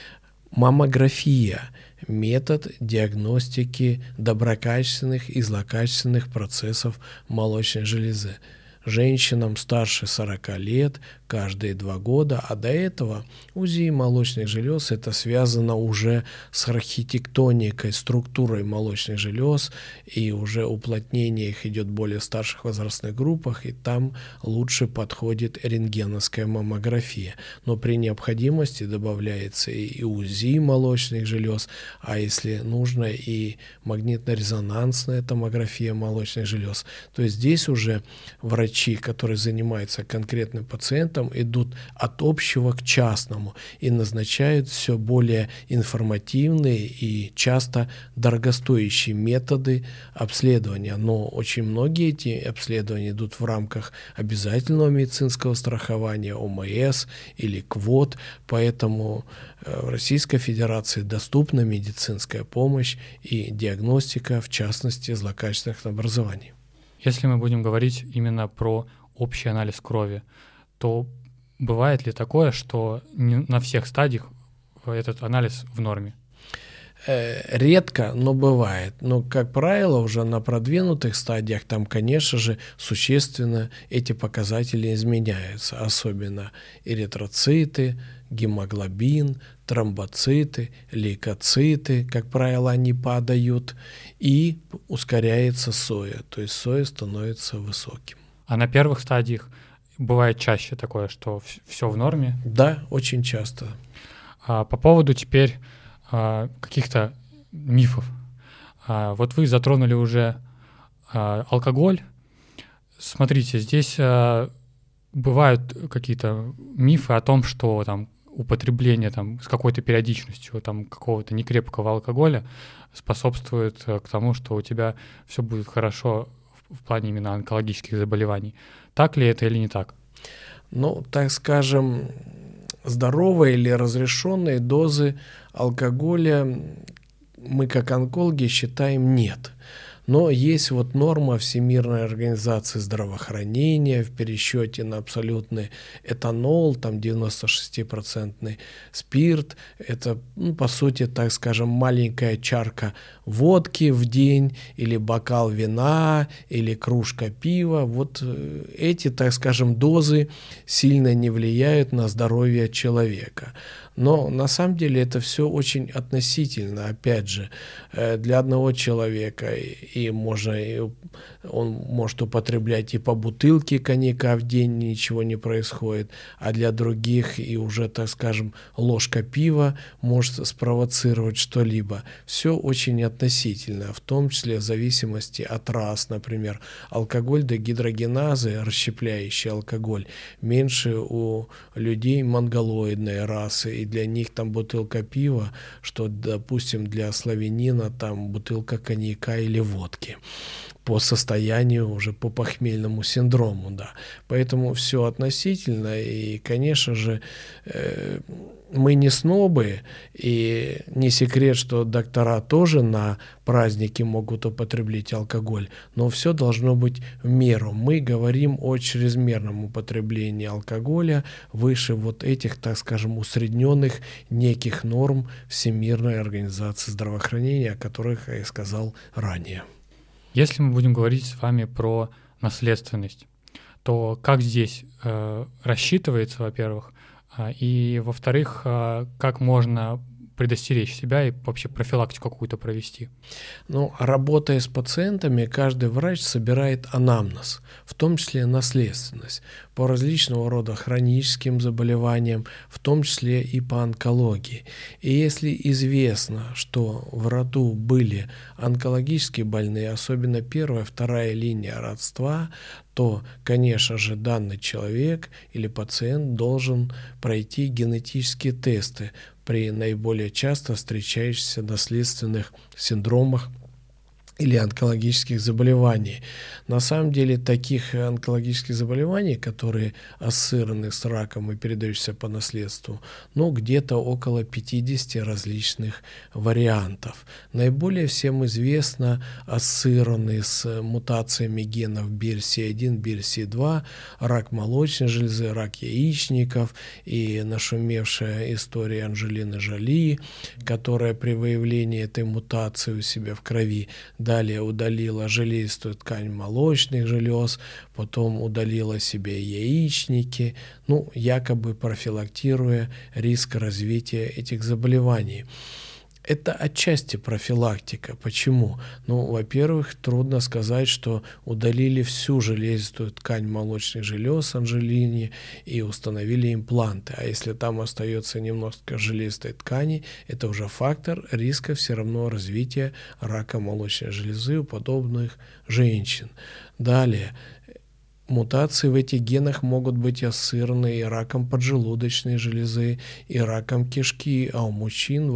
Маммография – метод диагностики доброкачественных и злокачественных процессов молочной железы. Женщинам старше 40 лет каждые 2 года, а до этого УЗИ молочных желез – это связано уже с архитектоникой, структурой молочных желез, и уже уплотнение их идет в более старших возрастных группах, и там лучше подходит рентгеновская маммография. Но при необходимости добавляется и УЗИ молочных желез, а если нужно, и магнитно-резонансная томография молочных желез. То есть здесь уже врачи, которые занимаются конкретным пациентом, идут от общего к частному и назначают все более информативные и часто дорогостоящие методы обследования. Но очень многие эти обследования идут в рамках обязательного медицинского страхования, ОМС или КВОТ, поэтому в Российской Федерации доступна медицинская помощь и диагностика, в частности, злокачественных образований. Если мы будем говорить именно про общий анализ крови, то бывает ли такое, что не на всех стадиях этот анализ в норме? Редко, но бывает. Но, как правило, уже на продвинутых стадиях там, конечно же, существенно эти показатели изменяются. Особенно эритроциты, гемоглобин, тромбоциты, лейкоциты, как правило, они падают, и ускоряется соя, то есть соя становится высоким. А на первых стадиях бывает чаще такое, что все в норме? Да, очень часто. По поводу теперь каких-то мифов. Вот вы затронули уже алкоголь. Смотрите, здесь бывают какие-то мифы о том, что там употребление там, с какой-то периодичностью там, какого-то некрепкого алкоголя способствует к тому, что у тебя все будет хорошо в плане именно онкологических заболеваний. Так ли это или не так? Ну, так скажем, здоровые или разрешенные дозы алкоголя мы как онкологи считаем нет. Но есть вот норма Всемирной организации здравоохранения в пересчете на абсолютный этанол, там 96% спирт. Это, по сути, так скажем, маленькая чарка водки в день, или бокал вина, или кружка пива. Вот эти, так скажем, дозы сильно не влияют на здоровье человека. Но на самом деле это все очень относительно. Опять же, для одного человека он может употреблять и по бутылке коньяка в день, ничего не происходит, а для других и уже, так скажем, ложка пива может спровоцировать что-либо. Все очень относительно, в том числе в зависимости от рас. Например, алкоголь дегидрогеназы, расщепляющий алкоголь, меньше у людей монголоидной расы, и для них там бутылка пива, что, допустим, для славянина там бутылка коньяка или водки по состоянию, уже по похмельному синдрому, да. Поэтому все относительно, и, конечно же, мы не снобы, и не секрет, что доктора тоже на праздники могут употреблять алкоголь, но все должно быть в меру. Мы говорим о чрезмерном употреблении алкоголя выше вот этих, так скажем, усредненных неких норм Всемирной организации здравоохранения, о которых я сказал ранее. Если мы будем говорить с вами про наследственность, то как здесь рассчитывается, во-первых, и, во-вторых, как можно предостеречь себя и вообще профилактику какую-то провести? Ну, работая с пациентами, каждый врач собирает анамнез, в том числе наследственность, по различного рода хроническим заболеваниям, в том числе и по онкологии. И если известно, что в роду были онкологически больные, особенно первая, вторая линия родства, то, конечно же, данный человек или пациент должен пройти генетические тесты при наиболее часто встречающихся наследственных синдромах или онкологических заболеваний. На самом деле таких онкологических заболеваний, которые ассоциированы с раком и передаются по наследству, где-то около 50 различных вариантов. Наиболее всем известно ассоциированные с мутациями генов BRCA1, BRCA2, рак молочной железы, рак яичников и нашумевшая история Анджелины Джоли, которая при выявлении этой мутации у себя в крови далее удалила железистую ткань молочных желез, потом удалила себе яичники, якобы профилактируя риск развития этих заболеваний. Это отчасти профилактика. Почему? Во-первых, трудно сказать, что удалили всю железистую ткань молочных желез Анджелине и установили импланты. А если там остается немножко железистой ткани, это уже фактор риска все равно развития рака молочной железы у подобных женщин. Далее. Мутации в этих генах могут быть ассоциированы и раком поджелудочной железы, и раком кишки, а у мужчин в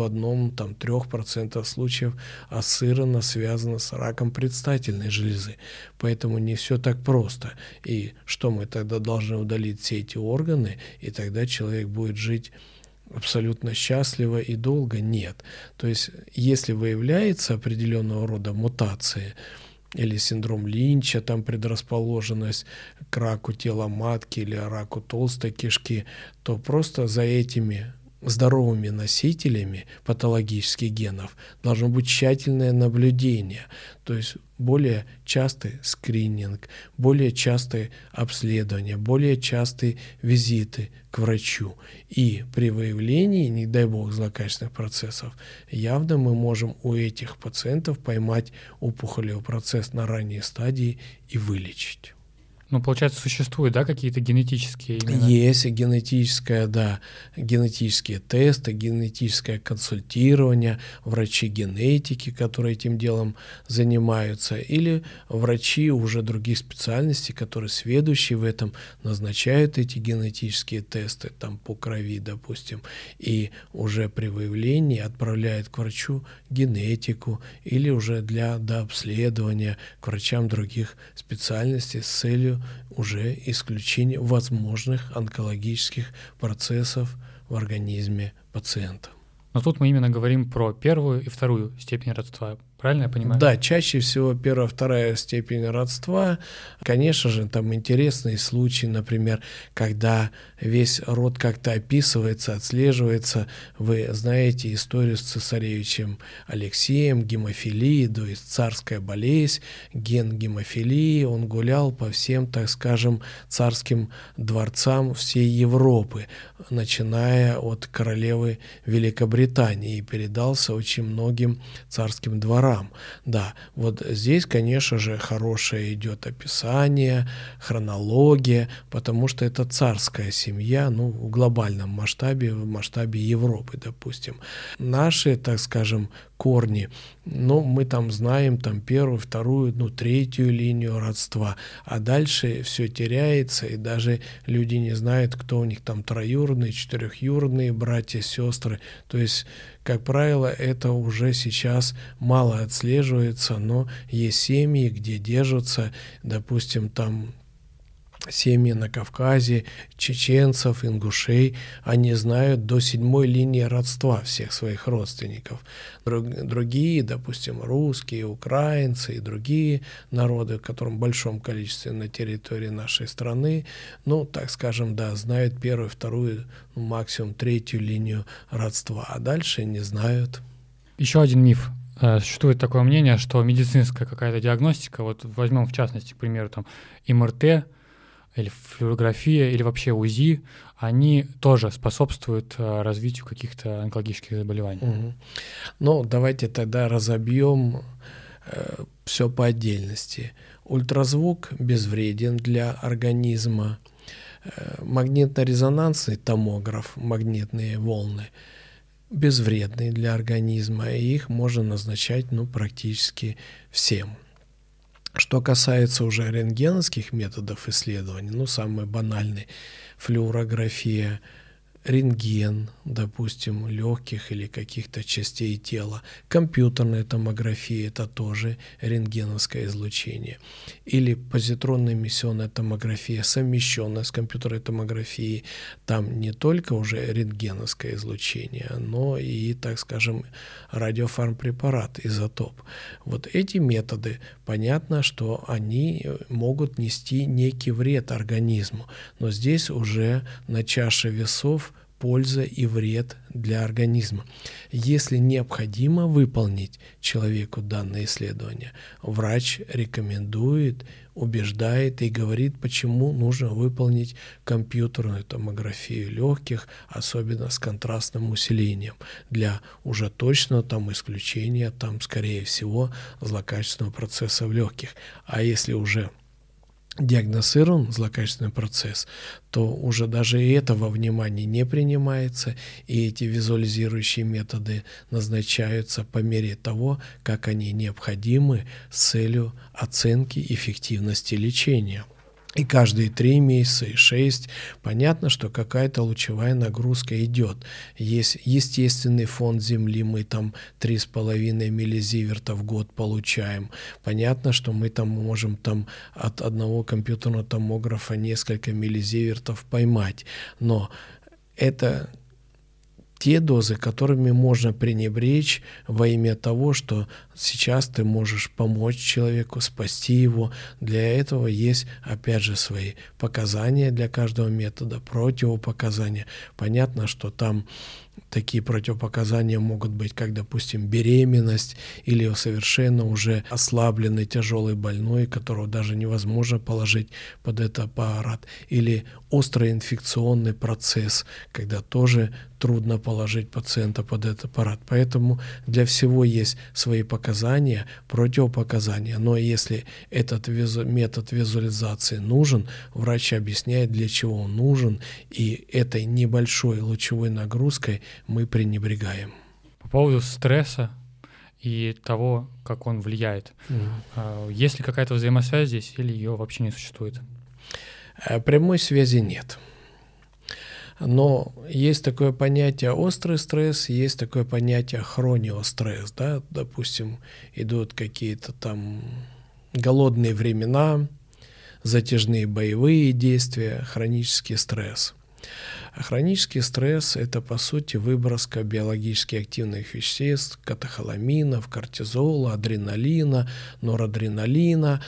3% случаев ассоциировано, связано с раком предстательной железы. Поэтому не все так просто. И что мы тогда должны удалить все эти органы, и тогда человек будет жить абсолютно счастливо и долго? Нет. То есть, если выявляется определенного рода мутации, или синдром Линча, там предрасположенность к раку тела матки или раку толстой кишки, то просто за этими здоровыми носителями патологических генов должно быть тщательное наблюдение, то есть более частый скрининг, более частые обследования, более частые визиты к врачу. И при выявлении, не дай бог, злокачественных процессов, явно мы можем у этих пациентов поймать опухолевый процесс на ранней стадии и вылечить. Ну, получается, существуют, да, какие-то генетические именно? Есть генетическое, да, генетические тесты, генетическое консультирование, врачи-генетики, которые этим делом занимаются, или врачи уже других специальностей, которые сведущие в этом, назначают эти генетические тесты там по крови, допустим, и уже при выявлении отправляют к врачу генетику или уже для дообследования к врачам других специальностей с целью уже исключение возможных онкологических процессов в организме пациента. Но тут мы именно говорим про первую и вторую степень родства. Правильно я понимаю? Да, чаще всего первая, вторая степень родства. Конечно же, там интересные случаи, например, когда весь род как-то описывается, отслеживается. Вы знаете историю с цесаревичем Алексеем, гемофилии, то есть царская болезнь, ген гемофилии. Он гулял по всем, так скажем, царским дворцам всей Европы, начиная от королевы Великобритании, и передался очень многим царским дворам. Да, вот здесь, конечно же, хорошее идет описание, хронология, потому что это царская семья, ну, в глобальном масштабе, в масштабе Европы, допустим. Наши, так скажем, корни, ну, мы там знаем там первую, вторую, ну, третью линию родства, а дальше все теряется, и даже люди не знают, кто у них там троюродные, четырехюродные братья, сестры. То есть, как правило, это уже сейчас мало отслеживается, но есть семьи, где держатся, допустим, там семьи на Кавказе, чеченцев, ингушей, они знают до 7-й линии родства всех своих родственников. Другие, допустим, русские, украинцы и другие народы, в котором в большом количестве на территории нашей страны, ну, так скажем, да, знают первую, вторую, ну, максимум третью линию родства, а дальше не знают. Еще один миф. Существует такое мнение, что медицинская какая-то диагностика, вот возьмем в частности, к примеру, там МРТ, или флюорография, или вообще УЗИ, они тоже способствуют развитию каких-то онкологических заболеваний. Угу. Ну, давайте тогда разобьем все по отдельности. Ультразвук безвреден для организма. Магнитно-резонансный томограф, магнитные волны, безвредны для организма, и их можно назначать, ну, практически всем. Что касается уже рентгеновских методов исследований, ну, самый банальный — флюорография, рентген, допустим, легких или каких-то частей тела, компьютерная томография — это тоже рентгеновское излучение, или позитронная эмиссионная томография, совмещенная с компьютерной томографией, там не только уже рентгеновское излучение, но и, так скажем, радиофармпрепарат, изотоп. Вот эти методы, понятно, что они могут нести некий вред организму, но здесь уже на чаше весов польза и вред для организма. Если необходимо выполнить человеку данное исследование, врач рекомендует, убеждает и говорит, почему нужно выполнить компьютерную томографию легких, особенно с контрастным усилением, для уже точного там исключения, там, скорее всего, злокачественного процесса в легких. А если уже диагностирован злокачественный процесс, то уже даже и это во внимание не принимается, и эти визуализирующие методы назначаются по мере того, как они необходимы с целью оценки эффективности лечения. И каждые 3 месяца, и 6, понятно, что какая-то лучевая нагрузка идет. Есть естественный фон Земли, мы там 3,5 миллизиверта в год получаем. Понятно, что мы там можем там от одного компьютерного томографа несколько миллизивертов поймать. Но это те дозы, которыми можно пренебречь во имя того, что сейчас ты можешь помочь человеку, спасти его. Для этого есть, опять же, свои показания для каждого метода, противопоказания. Понятно, что там Такие противопоказания могут быть, как, допустим, беременность или совершенно уже ослабленный тяжелый больной, которого даже невозможно положить под этот аппарат, или острый инфекционный процесс, когда тоже трудно положить пациента под этот аппарат. Поэтому для всего есть свои показания, противопоказания. Но если этот метод визуализации нужен, врач объясняет, для чего он нужен, и этой небольшой лучевой нагрузкой мы пренебрегаем. По поводу стресса и того, как он влияет. Есть ли какая-то взаимосвязь здесь или ее вообще не существует? Прямой связи нет. Но есть такое понятие острый стресс, есть такое понятие хрониостресс. Да? Допустим, идут какие-то там голодные времена, затяжные боевые действия, хронический стресс. А хронический стресс – это, по сути, выброска биологически активных веществ, катехоламинов, кортизола, адреналина, норадреналина,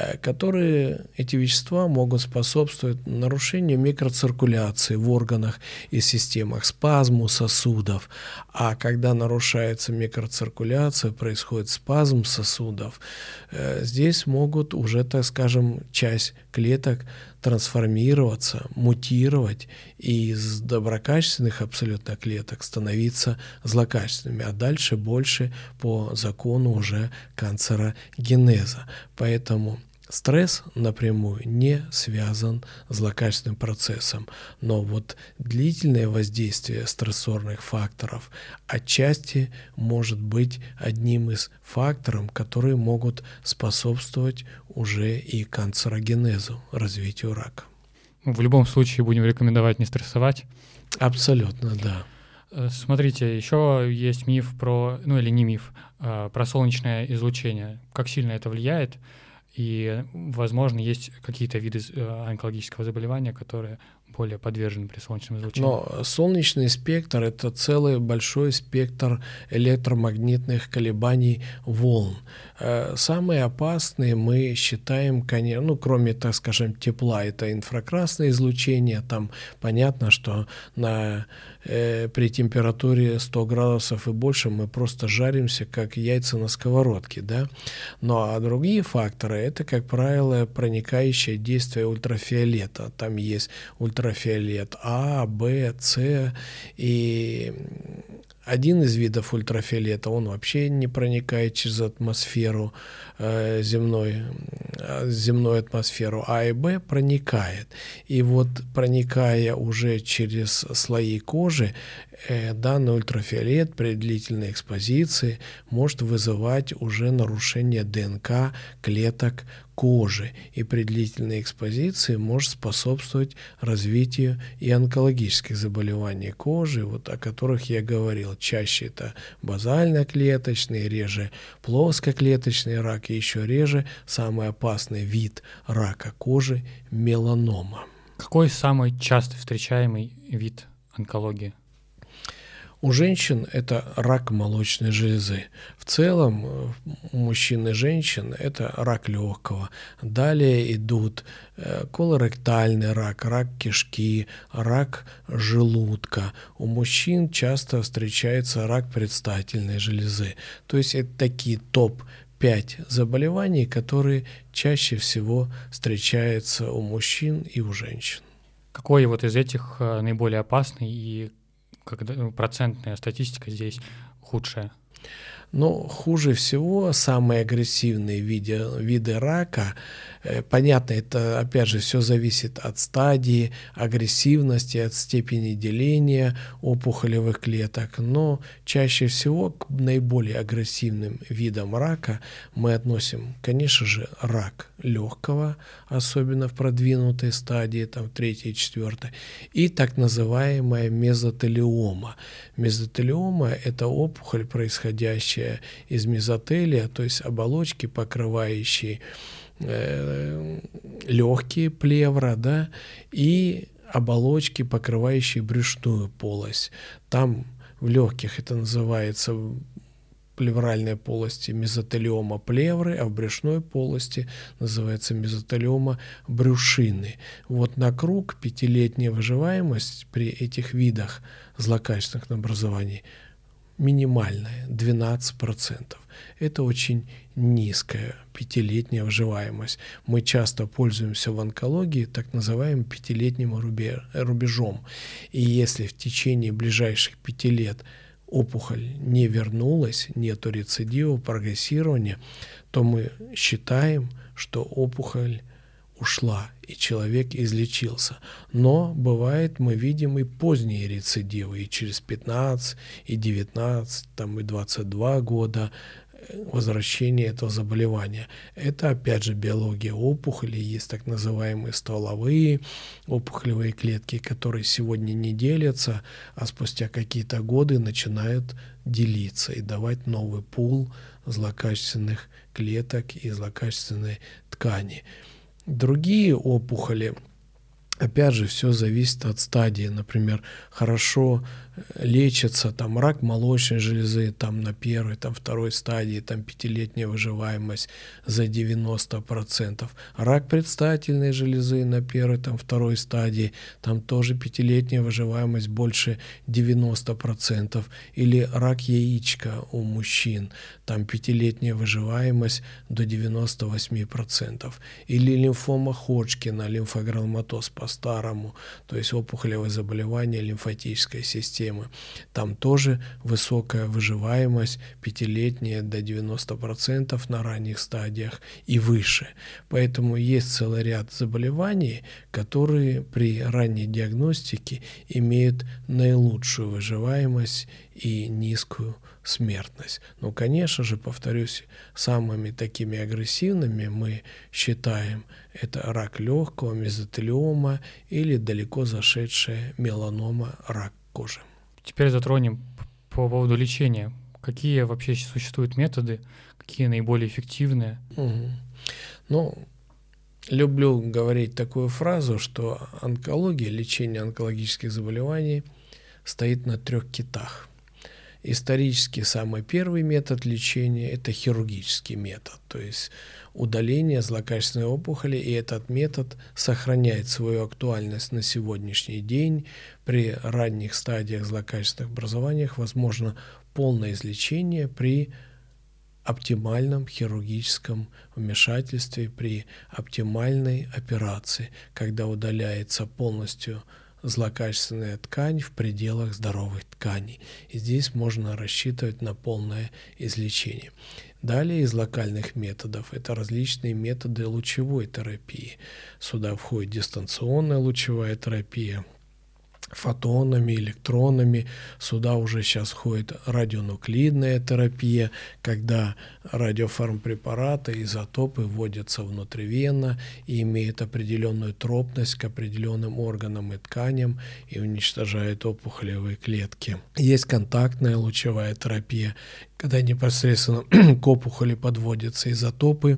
эти вещества могут способствовать нарушению микроциркуляции в органах и системах, спазму сосудов. А когда нарушается микроциркуляция, происходит спазм сосудов, здесь могут уже, так скажем, часть клеток трансформироваться, мутировать и из доброкачественных абсолютно клеток становиться злокачественными, а дальше больше по закону уже канцерогенеза. Поэтому стресс напрямую не связан с злокачественным процессом, но вот длительное воздействие стрессорных факторов отчасти может быть одним из факторов, которые могут способствовать уже и канцерогенезу, развитию рака. В любом случае будем рекомендовать не стрессовать. Абсолютно, да. Смотрите, еще есть миф или не миф, про солнечное излучение. Как сильно это влияет? И, возможно, есть какие-то виды онкологического заболевания, которые более подвержены при солнечном излучении. Но солнечный спектр – это целый большой спектр электромагнитных колебаний волн. Самые опасные мы считаем, конечно, кроме, так скажем, тепла, это инфракрасное излучение. Там понятно, что при температуре 100 градусов и больше мы просто жаримся, как яйца на сковородке, да? А другие факторы – это, как правило, проникающее действие ультрафиолета. Там есть ультрафиолет А, Б, С, и один из видов ультрафиолета, он вообще не проникает через атмосферу, земную атмосферу, А и Б проникает. И вот проникая уже через слои кожи, данный ультрафиолет при длительной экспозиции может вызывать уже нарушение ДНК клеток кожи, и при длительной экспозиции может способствовать развитию и онкологических заболеваний кожи, вот о которых я говорил. Чаще это базально-клеточный, реже плоскоклеточный рак, и еще реже самый опасный вид рака кожи – меланома. Какой самый часто встречаемый вид онкологии? У женщин это рак молочной железы. В целом у мужчин и женщин это рак легкого. Далее идут колоректальный рак, рак кишки, рак желудка. У мужчин часто встречается рак предстательной железы. То есть это такие топ-5 заболеваний, которые чаще всего встречаются у мужчин и у женщин. Какой вот из этих наиболее опасный и когда процентная статистика здесь худшая? Хуже всего самые агрессивные виды рака. Понятно, это опять же все зависит от стадии агрессивности, от степени деления опухолевых клеток. Но чаще всего к наиболее агрессивным видам рака мы относим, конечно же, рак легкого, особенно в продвинутой стадии, там, 3-й, 4-й, и так называемая мезотелиома. Мезотелиома – это опухоль, происходящая из мезотелия, то есть оболочки, покрывающие легкие плевра, да, и оболочки, покрывающие брюшную полость. Там в легких это называется плевральной полости мезотелиома плевры, а в брюшной полости называется мезотелиома брюшины. Вот на круг 5-летняя выживаемость при этих видах злокачественных образований минимальная, 12%. Это очень низкая 5-летняя выживаемость. Мы часто пользуемся в онкологии так называемым 5-летним рубежом. И если в течение ближайших 5 лет опухоль не вернулась, нету рецидива, прогрессирования, то мы считаем, что опухоль ушла, и человек излечился. Но бывает, мы видим и поздние рецидивы, и через 15, и 19, и 22 года возвращение этого заболевания. Это, опять же, биология опухоли. Есть так называемые стволовые опухолевые клетки, которые сегодня не делятся, а спустя какие-то годы начинают делиться и давать новый пул злокачественных клеток и злокачественной ткани. Другие опухоли, опять же, все зависит от стадии. Например, хорошо лечится рак молочной железы на первой, второй стадии, 5-летняя выживаемость за 90%. Рак предстательной железы на первой, второй стадии, там тоже 5-летняя выживаемость больше 90%. Или рак яичка у мужчин, 5-летняя выживаемость до 98%. Или лимфома Ходжкина, лимфогрануломатоз по-старому, то есть опухолевое заболевание лимфатической системы. Там тоже высокая выживаемость, 5-летняя до 90% на ранних стадиях и выше. Поэтому есть целый ряд заболеваний, которые при ранней диагностике имеют наилучшую выживаемость и низкую смертность. Но, конечно же, повторюсь, самыми такими агрессивными мы считаем это рак легкого, мезотелиома или далеко зашедшая меланома, рак кожи. Теперь затронем по поводу лечения. Какие вообще существуют методы, какие наиболее эффективные? Люблю говорить такую фразу, что онкология, лечение онкологических заболеваний стоит на 3 китах. Исторически самый первый метод лечения – это хирургический метод, то есть удаление злокачественной опухоли, и этот метод сохраняет свою актуальность на сегодняшний день. При ранних стадиях злокачественных образований возможно полное излечение при оптимальном хирургическом вмешательстве, при оптимальной операции, когда удаляется полностью злокачественная ткань в пределах здоровых тканей. И здесь можно рассчитывать на полное излечение. Далее из локальных методов это различные методы лучевой терапии. Сюда входит дистанционная лучевая терапия, фотонами, электронами. Сюда уже сейчас входит радионуклидная терапия, когда радиофармпрепараты, изотопы вводятся внутривенно и имеют определенную тропность к определенным органам и тканям и уничтожают опухолевые клетки. Есть контактная лучевая терапия, когда непосредственно к опухоли подводятся изотопы,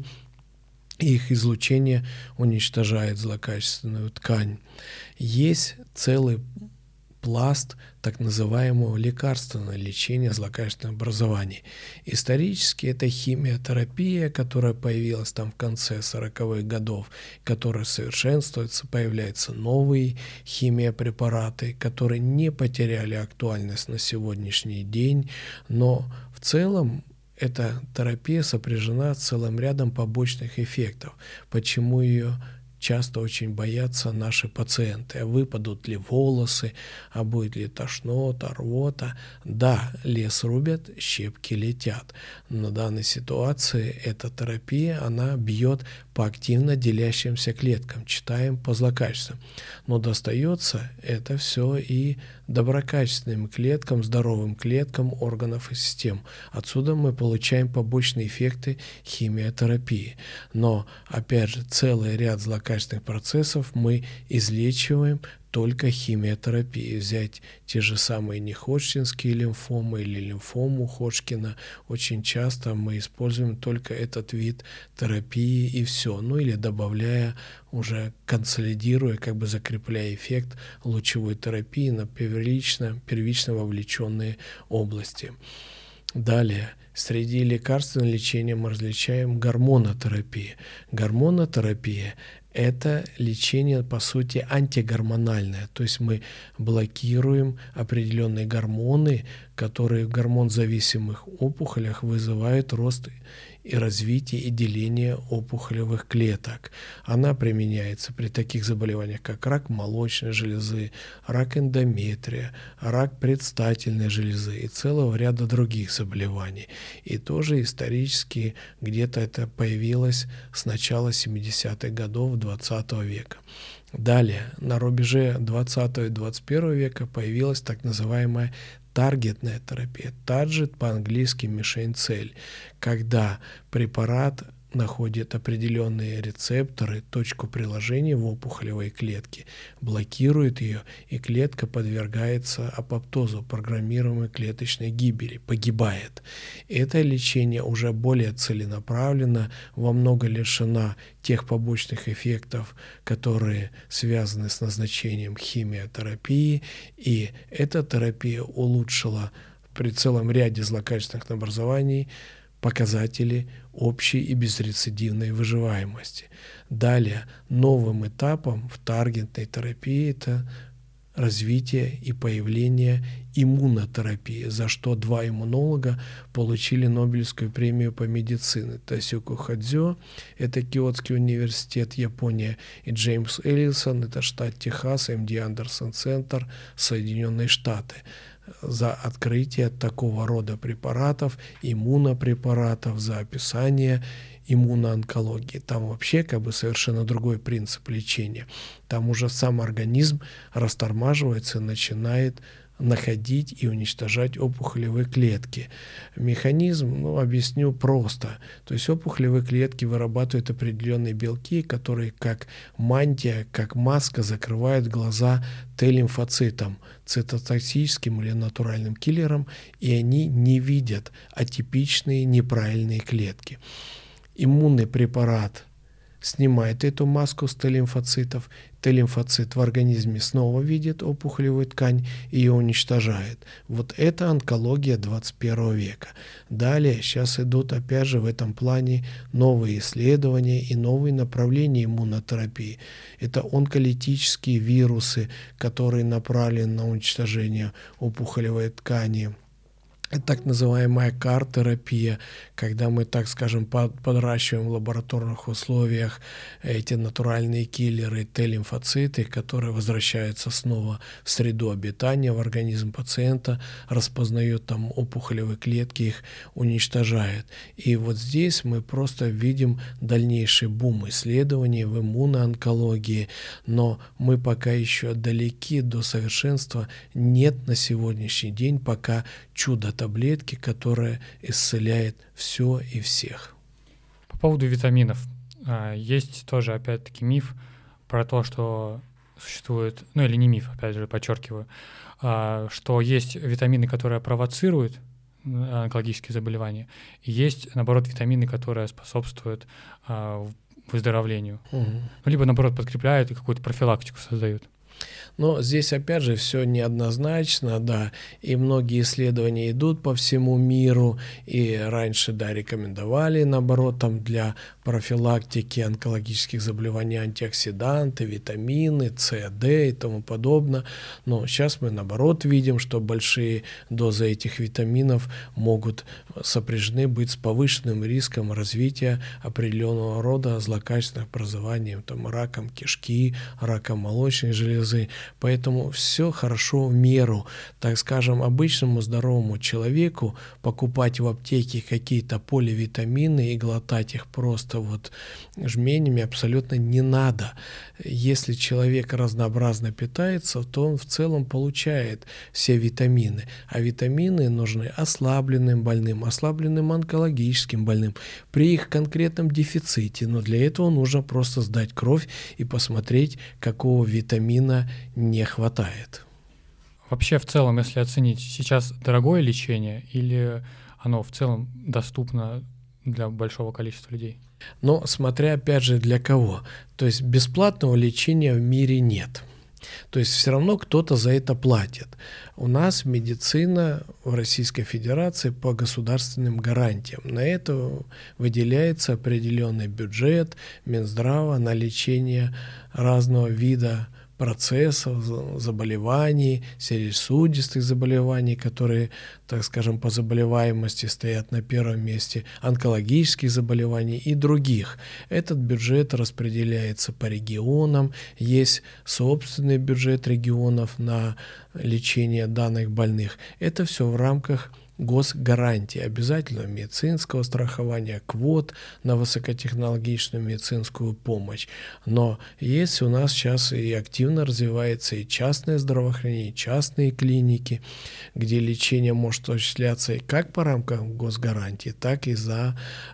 и их излучение уничтожает злокачественную ткань. Есть целый пласт так называемого лекарственного лечения злокачественных образований. Исторически это химиотерапия, которая появилась в конце 40-х годов, которая совершенствуется, появляются новые химиопрепараты, которые не потеряли актуальность на сегодняшний день, но в целом эта терапия сопряжена с целым рядом побочных эффектов. Почему ее часто очень боятся наши пациенты? Выпадут ли волосы, а будет ли тошнота, рвота? Да, лес рубят, щепки летят. Но в данной ситуации эта терапия, она бьет по активно делящимся клеткам, читаем по злокачественным. Но достается это все и доброкачественным клеткам, здоровым клеткам органов и систем. Отсюда мы получаем побочные эффекты химиотерапии. Но, опять же, целый ряд злокачественных процессов мы излечиваем только химиотерапией. Взять те же самые неходжкинские лимфомы или лимфому Ходжкина, очень часто мы используем только этот вид терапии и все. Или добавляя, уже консолидируя, закрепляя эффект лучевой терапии на первично вовлеченные области. Далее, среди лекарственного лечения мы различаем гормонотерапию. Гормонотерапия – это лечение, по сути, антигормональное, то есть мы блокируем определенные гормоны, которые в гормонзависимых опухолях вызывают рост и развитие и деление опухолевых клеток. Она применяется при таких заболеваниях, как рак молочной железы, рак эндометрия, рак предстательной железы и целого ряда других заболеваний. И тоже исторически где-то это появилось с начала 70-х годов 20 века. Далее, на рубеже 20 и 21 века появилась так называемая таргетная терапия. Таргет по-английски мишень-цель, когда препарат находит определенные рецепторы, точку приложения в опухолевой клетке, блокирует ее, и клетка подвергается апоптозу, программируемой клеточной гибели, погибает. Это лечение уже более целенаправленно, во много лишено тех побочных эффектов, которые связаны с назначением химиотерапии, и эта терапия улучшила при целом ряде злокачественных образований показатели общей и безрецидивной выживаемости. Далее, новым этапом в таргетной терапии это развитие и появление иммунотерапии, за что 2 иммунолога получили Нобелевскую премию по медицине. Тасюко Хадзё, это Киотский университет, Япония, и Джеймс Эллисон, это штат Техас, МД Андерсон Центр, Соединенные Штаты, за открытие такого рода препаратов, иммунопрепаратов, за описание иммуноонкологии. Там вообще совершенно другой принцип лечения. Там уже сам организм растормаживается и начинает находить и уничтожать опухолевые клетки. Механизм, объясню просто. То есть опухолевые клетки вырабатывают определенные белки, которые как мантия, как маска закрывают глаза Т-лимфоцитам, цитотоксическим или натуральным киллерам, и они не видят атипичные неправильные клетки. Иммунный препарат снимает эту маску с Т-лимфоцитов, Т-лимфоцит в организме снова видит опухолевую ткань и ее уничтожает. Вот это онкология 21 века. Далее сейчас идут опять же в этом плане новые исследования и новые направления иммунотерапии. Это онколитические вирусы, которые направлены на уничтожение опухолевой ткани. Это так называемая CAR-терапия, когда мы, так скажем, подращиваем в лабораторных условиях эти натуральные киллеры Т-лимфоциты, которые возвращаются снова в среду обитания, в организм пациента, распознают там опухолевые клетки, их уничтожают. И вот здесь мы просто видим дальнейший бум исследований в иммуноонкологии, но мы пока еще далеки до совершенства, нет на сегодняшний день пока чудо-таблетки, которая исцеляет все и всех. По поводу витаминов. Есть тоже, опять-таки, миф про то, что существует, или не миф, опять же, подчеркиваю, что есть витамины, которые провоцируют онкологические заболевания, и есть, наоборот, витамины, которые способствуют выздоровлению. Либо, наоборот, подкрепляют и какую-то профилактику создают. Но здесь, опять же, все неоднозначно, да, и многие исследования идут по всему миру, и раньше, да, рекомендовали, наоборот, там для профилактики онкологических заболеваний антиоксиданты, витамины, С, Д и тому подобное, но сейчас мы, наоборот, видим, что большие дозы этих витаминов могут сопряжены быть с повышенным риском развития определенного рода злокачественных образований, там, раком кишки, раком молочной железы. Поэтому все хорошо в меру. Так скажем, обычному здоровому человеку покупать в аптеке какие-то поливитамины и глотать их просто жменями абсолютно не надо. Если человек разнообразно питается, то он в целом получает все витамины. А витамины нужны ослабленным больным, ослабленным онкологическим больным при их конкретном дефиците. Но для этого нужно просто сдать кровь и посмотреть, какого витамина не хватает. Вообще, в целом, если оценить, сейчас дорогое лечение или оно в целом доступно для большого количества людей? Но смотря, опять же, для кого. То есть бесплатного лечения в мире нет. То есть все равно кто-то за это платит. У нас медицина в Российской Федерации по государственным гарантиям. На это выделяется определенный бюджет Минздрава на лечение разного вида процессов, заболеваний, сердечно-сосудистых заболеваний, которые, так скажем, по заболеваемости стоят на первом месте, онкологических заболеваний и других. Этот бюджет распределяется по регионам, есть собственный бюджет регионов на лечение данных больных. Это все в рамках госгарантии, обязательного медицинского страхования, квот на высокотехнологичную медицинскую помощь. Но есть у нас сейчас и активно развивается и частное здравоохранение, и частные клиники, где лечение может осуществляться и как по рамкам госгарантии, так и за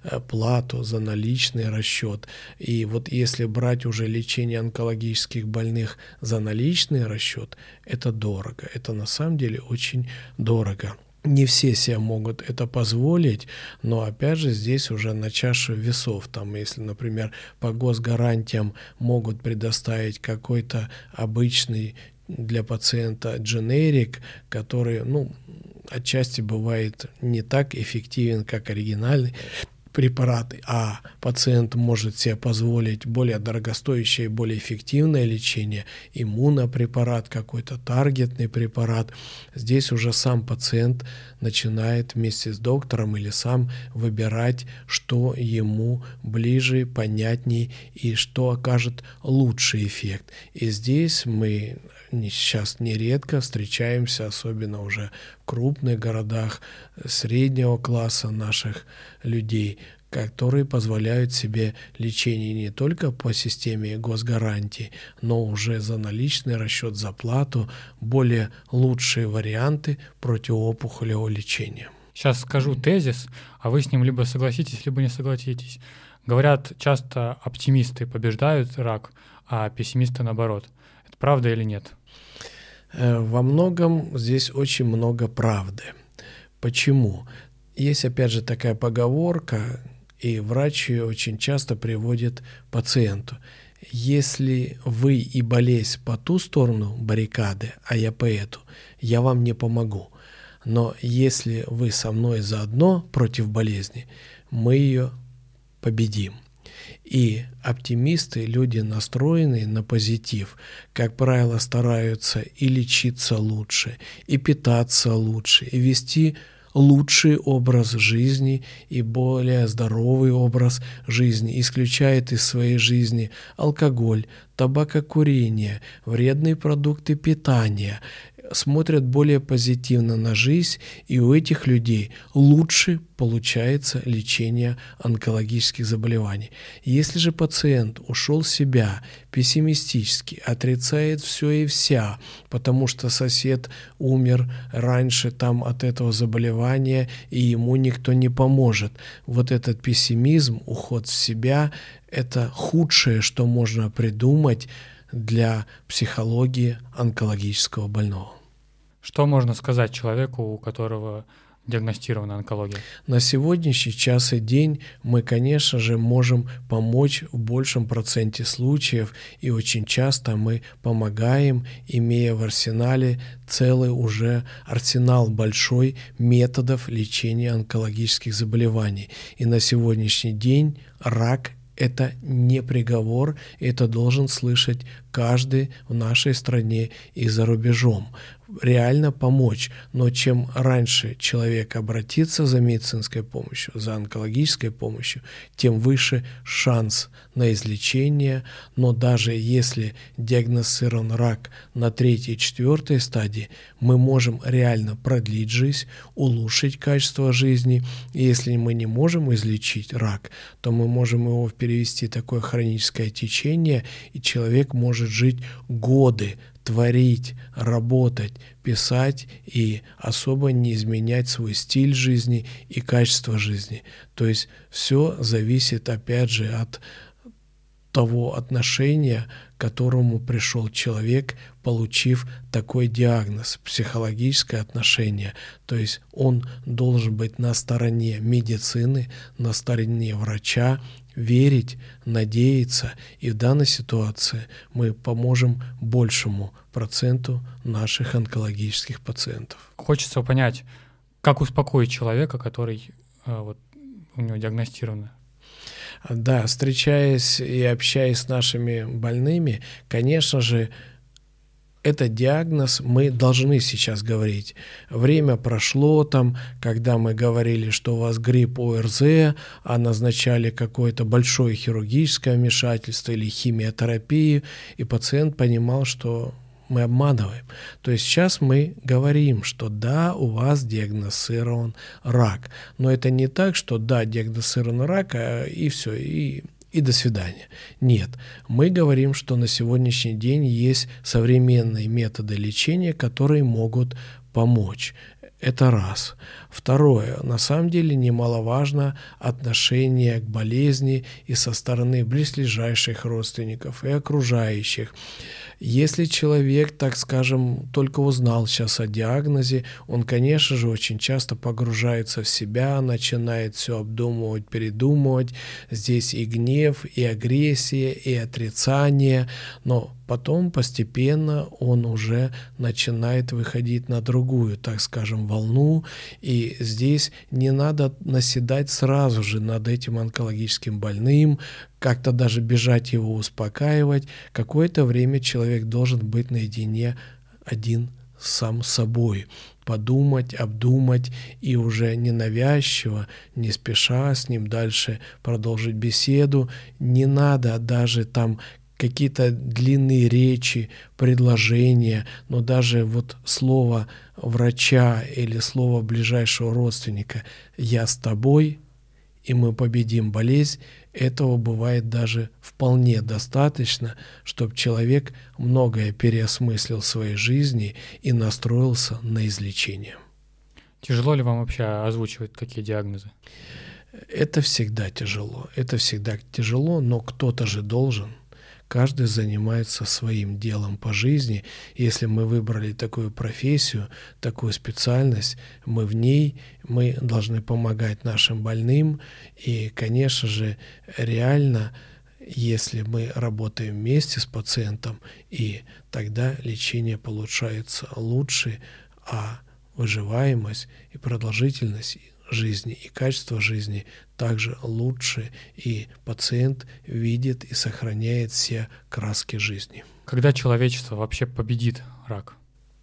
плату, за наличный расчет. И вот если брать уже лечение онкологических больных за наличный расчет, это дорого. Это на самом деле очень дорого. Не все себе могут это позволить, но опять же здесь уже на чаше весов. Там, если, например, по госгарантиям могут предоставить какой-то обычный для пациента дженерик, который, отчасти бывает не так эффективен, как оригинальный препараты, а пациент может себе позволить более дорогостоящее и более эффективное лечение, иммунопрепарат, какой-то таргетный препарат. Здесь уже сам пациент начинает вместе с доктором или сам выбирать, что ему ближе, понятней и что окажет лучший эффект. И здесь мы сейчас нередко встречаемся, особенно уже в крупных городах среднего класса наших людей, которые позволяют себе лечение не только по системе госгарантий, но уже за наличный расчет, за плату, более лучшие варианты противоопухолевого лечения. Сейчас скажу тезис, а вы с ним либо согласитесь, либо не согласитесь. Говорят, часто оптимисты побеждают рак, а пессимисты наоборот. Это правда или нет? Во многом здесь очень много правды. Почему? Есть, опять же, такая поговорка, и врач ее очень часто приводит пациенту. Если вы и болезнь по ту сторону баррикады, а я по эту, я вам не помогу. Но если вы со мной заодно против болезни, мы ее победим. И оптимисты, люди, настроенные на позитив, как правило, стараются и лечиться лучше, и питаться лучше, и вести лучший образ жизни и более здоровый образ жизни, исключает из своей жизни алкоголь, табакокурение, вредные продукты питания, смотрят более позитивно на жизнь, и у этих людей лучше получается лечение онкологических заболеваний. Если же пациент ушел в себя, пессимистически, отрицает все и вся, потому что сосед умер раньше там от этого заболевания, и ему никто не поможет. Вот этот пессимизм, уход в себя – это худшее, что можно придумать для психологии онкологического больного. Что можно сказать человеку, у которого диагностирована онкология? На сегодняшний час и день мы, конечно же, можем помочь в большем проценте случаев, и очень часто мы помогаем, имея в арсенале целый уже арсенал большой методов лечения онкологических заболеваний. И на сегодняшний день рак – это не приговор, это должен слышать каждый в нашей стране и за рубежом. Реально помочь, но чем раньше человек обратится за медицинской помощью, за онкологической помощью, тем выше шанс на излечение. Но даже если диагностирован рак на 3-й, 4-й стадии, мы можем реально продлить жизнь, улучшить качество жизни. И если мы не можем излечить рак, то мы можем его перевести в такое хроническое течение, и человек может жить годы, творить, работать, писать и особо не изменять свой стиль жизни и качество жизни. То есть все зависит, опять же, от того отношения, к которому пришел человек, получив такой диагноз, психологическое отношение. То есть он должен быть на стороне медицины, на стороне врача, верить, надеяться, и в данной ситуации мы поможем большему проценту наших онкологических пациентов. Хочется понять, как успокоить человека, который вот у него диагностировано. Да, встречаясь и общаясь с нашими больными, конечно же, этот диагноз мы должны сейчас говорить. Время прошло там, когда мы говорили, что у вас грипп ОРЗ, а назначали какое-то большое хирургическое вмешательство или химиотерапию, и пациент понимал, что мы обманываем. То есть сейчас мы говорим, что да, у вас диагностирован рак. Но это не так, что да, диагностирован рак, и все, и до свидания. Нет, мы говорим, что на сегодняшний день есть современные методы лечения, которые могут помочь. Это раз. Второе. На самом деле немаловажно отношение к болезни и со стороны близлежащих родственников и окружающих. Если человек, так скажем, только узнал сейчас о диагнозе, он, конечно же, очень часто погружается в себя, начинает все обдумывать, передумывать. Здесь и гнев, и агрессия, и отрицание, но потом постепенно он уже начинает выходить на другую, так скажем, волну, и здесь не надо наседать сразу же над этим онкологическим больным, как-то даже бежать его успокаивать. Какое-то время человек должен быть наедине один сам с собой, подумать, обдумать и уже ненавязчиво, не спеша с ним дальше продолжить беседу. Не надо даже там какие-то длинные речи, предложения, но даже вот слово врача или слово ближайшего родственника «я с тобой», и мы победим болезнь, этого бывает даже вполне достаточно, чтобы человек многое переосмыслил в своей жизни и настроился на излечение. Тяжело ли вам вообще озвучивать такие диагнозы? Это всегда тяжело. Это всегда тяжело, но кто-то же должен. Каждый занимается своим делом по жизни. Если мы выбрали такую профессию, такую специальность, мы в ней, мы должны помогать нашим больным. И, конечно же, реально, если мы работаем вместе с пациентом, и тогда лечение получается лучше, а выживаемость и продолжительность жизни и качество жизни также лучше, и пациент видит и сохраняет все краски жизни. Когда человечество вообще победит рак?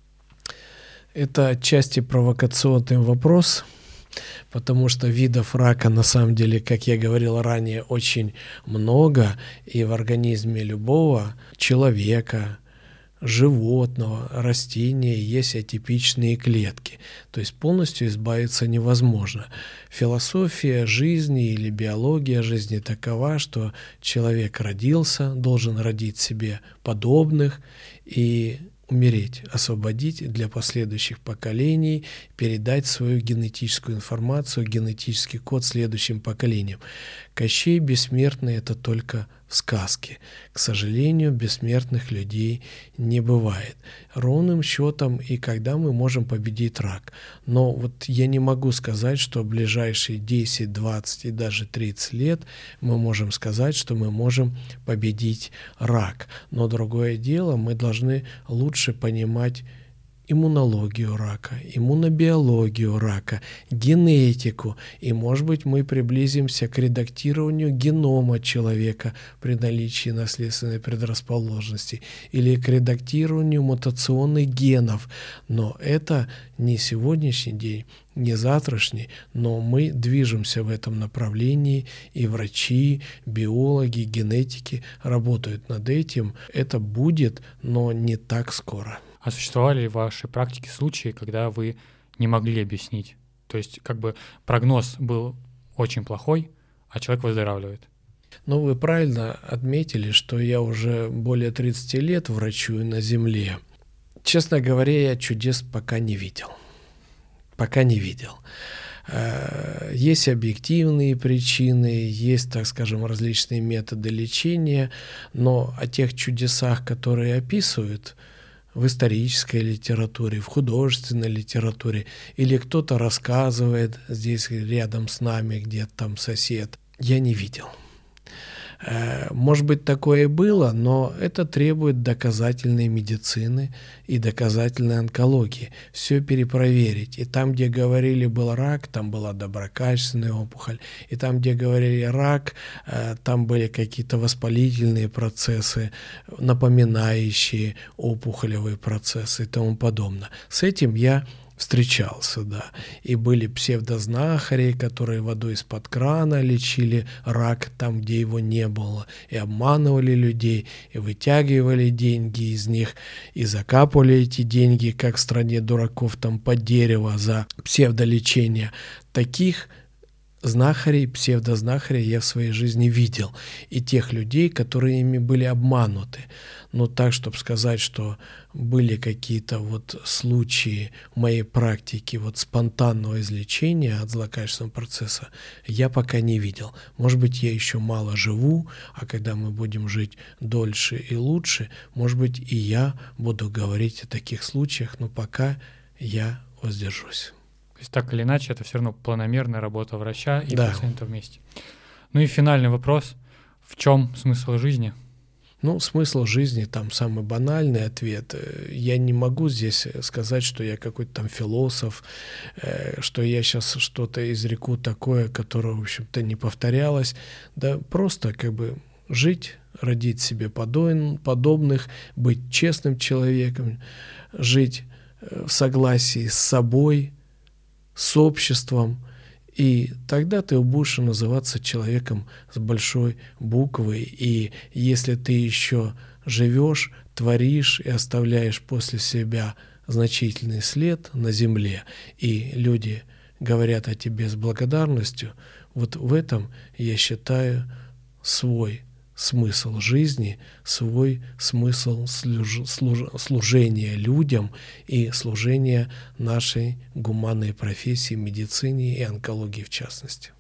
Это отчасти провокационный вопрос, потому что видов рака на самом деле, как я говорил ранее, очень много, и в организме любого человека, животного, растения есть атипичные клетки. То есть полностью избавиться невозможно. Философия жизни или биология жизни такова, что человек родился, должен родить себе подобных и умереть, освободить для последующих поколений, передать свою генетическую информацию, генетический код следующим поколениям. Кощей бессмертный — это только в сказке. К сожалению, бессмертных людей не бывает. Ровным счетом и когда мы можем победить рак. Но вот я не могу сказать, что в ближайшие 10, 20 и даже 30 лет мы можем сказать, что мы можем победить рак. Но другое дело, мы должны лучше понимать иммунологию рака, иммунобиологию рака, генетику, и, может быть, мы приблизимся к редактированию генома человека при наличии наследственной предрасположенности или к редактированию мутационных генов. Но это не сегодняшний день, не завтрашний, но мы движемся в этом направлении, и врачи, биологи, генетики работают над этим. Это будет, но не так скоро. А существовали ли в вашей практике случаи, когда вы не могли объяснить? То есть как бы прогноз был очень плохой, а человек выздоравливает? Ну, вы правильно отметили, что я уже более 30 лет врачую на Земле. Честно говоря, я чудес пока не видел. Пока не видел. Есть объективные причины, есть, так скажем, различные методы лечения, но о тех чудесах, которые описывают в исторической литературе, в художественной литературе, или кто-то рассказывает здесь рядом с нами, где-то там сосед, я не видел. Может быть, такое и было, но это требует доказательной медицины и доказательной онкологии. Все перепроверить. И там, где говорили был рак, там была доброкачественная опухоль. И там, где говорили рак, там были какие-то воспалительные процессы, напоминающие опухолевые процессы и тому подобное. С этим я встречался, да. И были псевдознахари, которые водой из-под крана лечили рак там, где его не было, и обманывали людей, и вытягивали деньги из них, и закапывали эти деньги, как в стране дураков, там под дерево за псевдолечение. Таких знахарей, псевдознахарей я в своей жизни видел. И тех людей, которые ими были обмануты. Но так, чтобы сказать, что были какие-то вот случаи в моей практике вот спонтанного излечения от злокачественного процесса, я пока не видел. Может быть, я еще мало живу, а когда мы будем жить дольше и лучше, может быть, и я буду говорить о таких случаях, но пока я воздержусь. То есть так или иначе, это все равно планомерная работа врача и Да. пациента вместе. Ну и финальный вопрос. В чем смысл жизни? Ну, смысл жизни, там самый банальный ответ. Я не могу здесь сказать, что я какой-то там философ, что я сейчас что-то изреку такое, которое, в общем-то, не повторялось. Да просто как бы жить, родить себе подобных, быть честным человеком, жить в согласии с собой, с обществом, и тогда ты будешь называться человеком с большой буквы. И если ты еще живешь, творишь и оставляешь после себя значительный след на земле, и люди говорят о тебе с благодарностью, вот в этом, я считаю, свой смысл жизни, свой смысл служения людям и служения нашей гуманной профессии, медицине и онкологии в частности.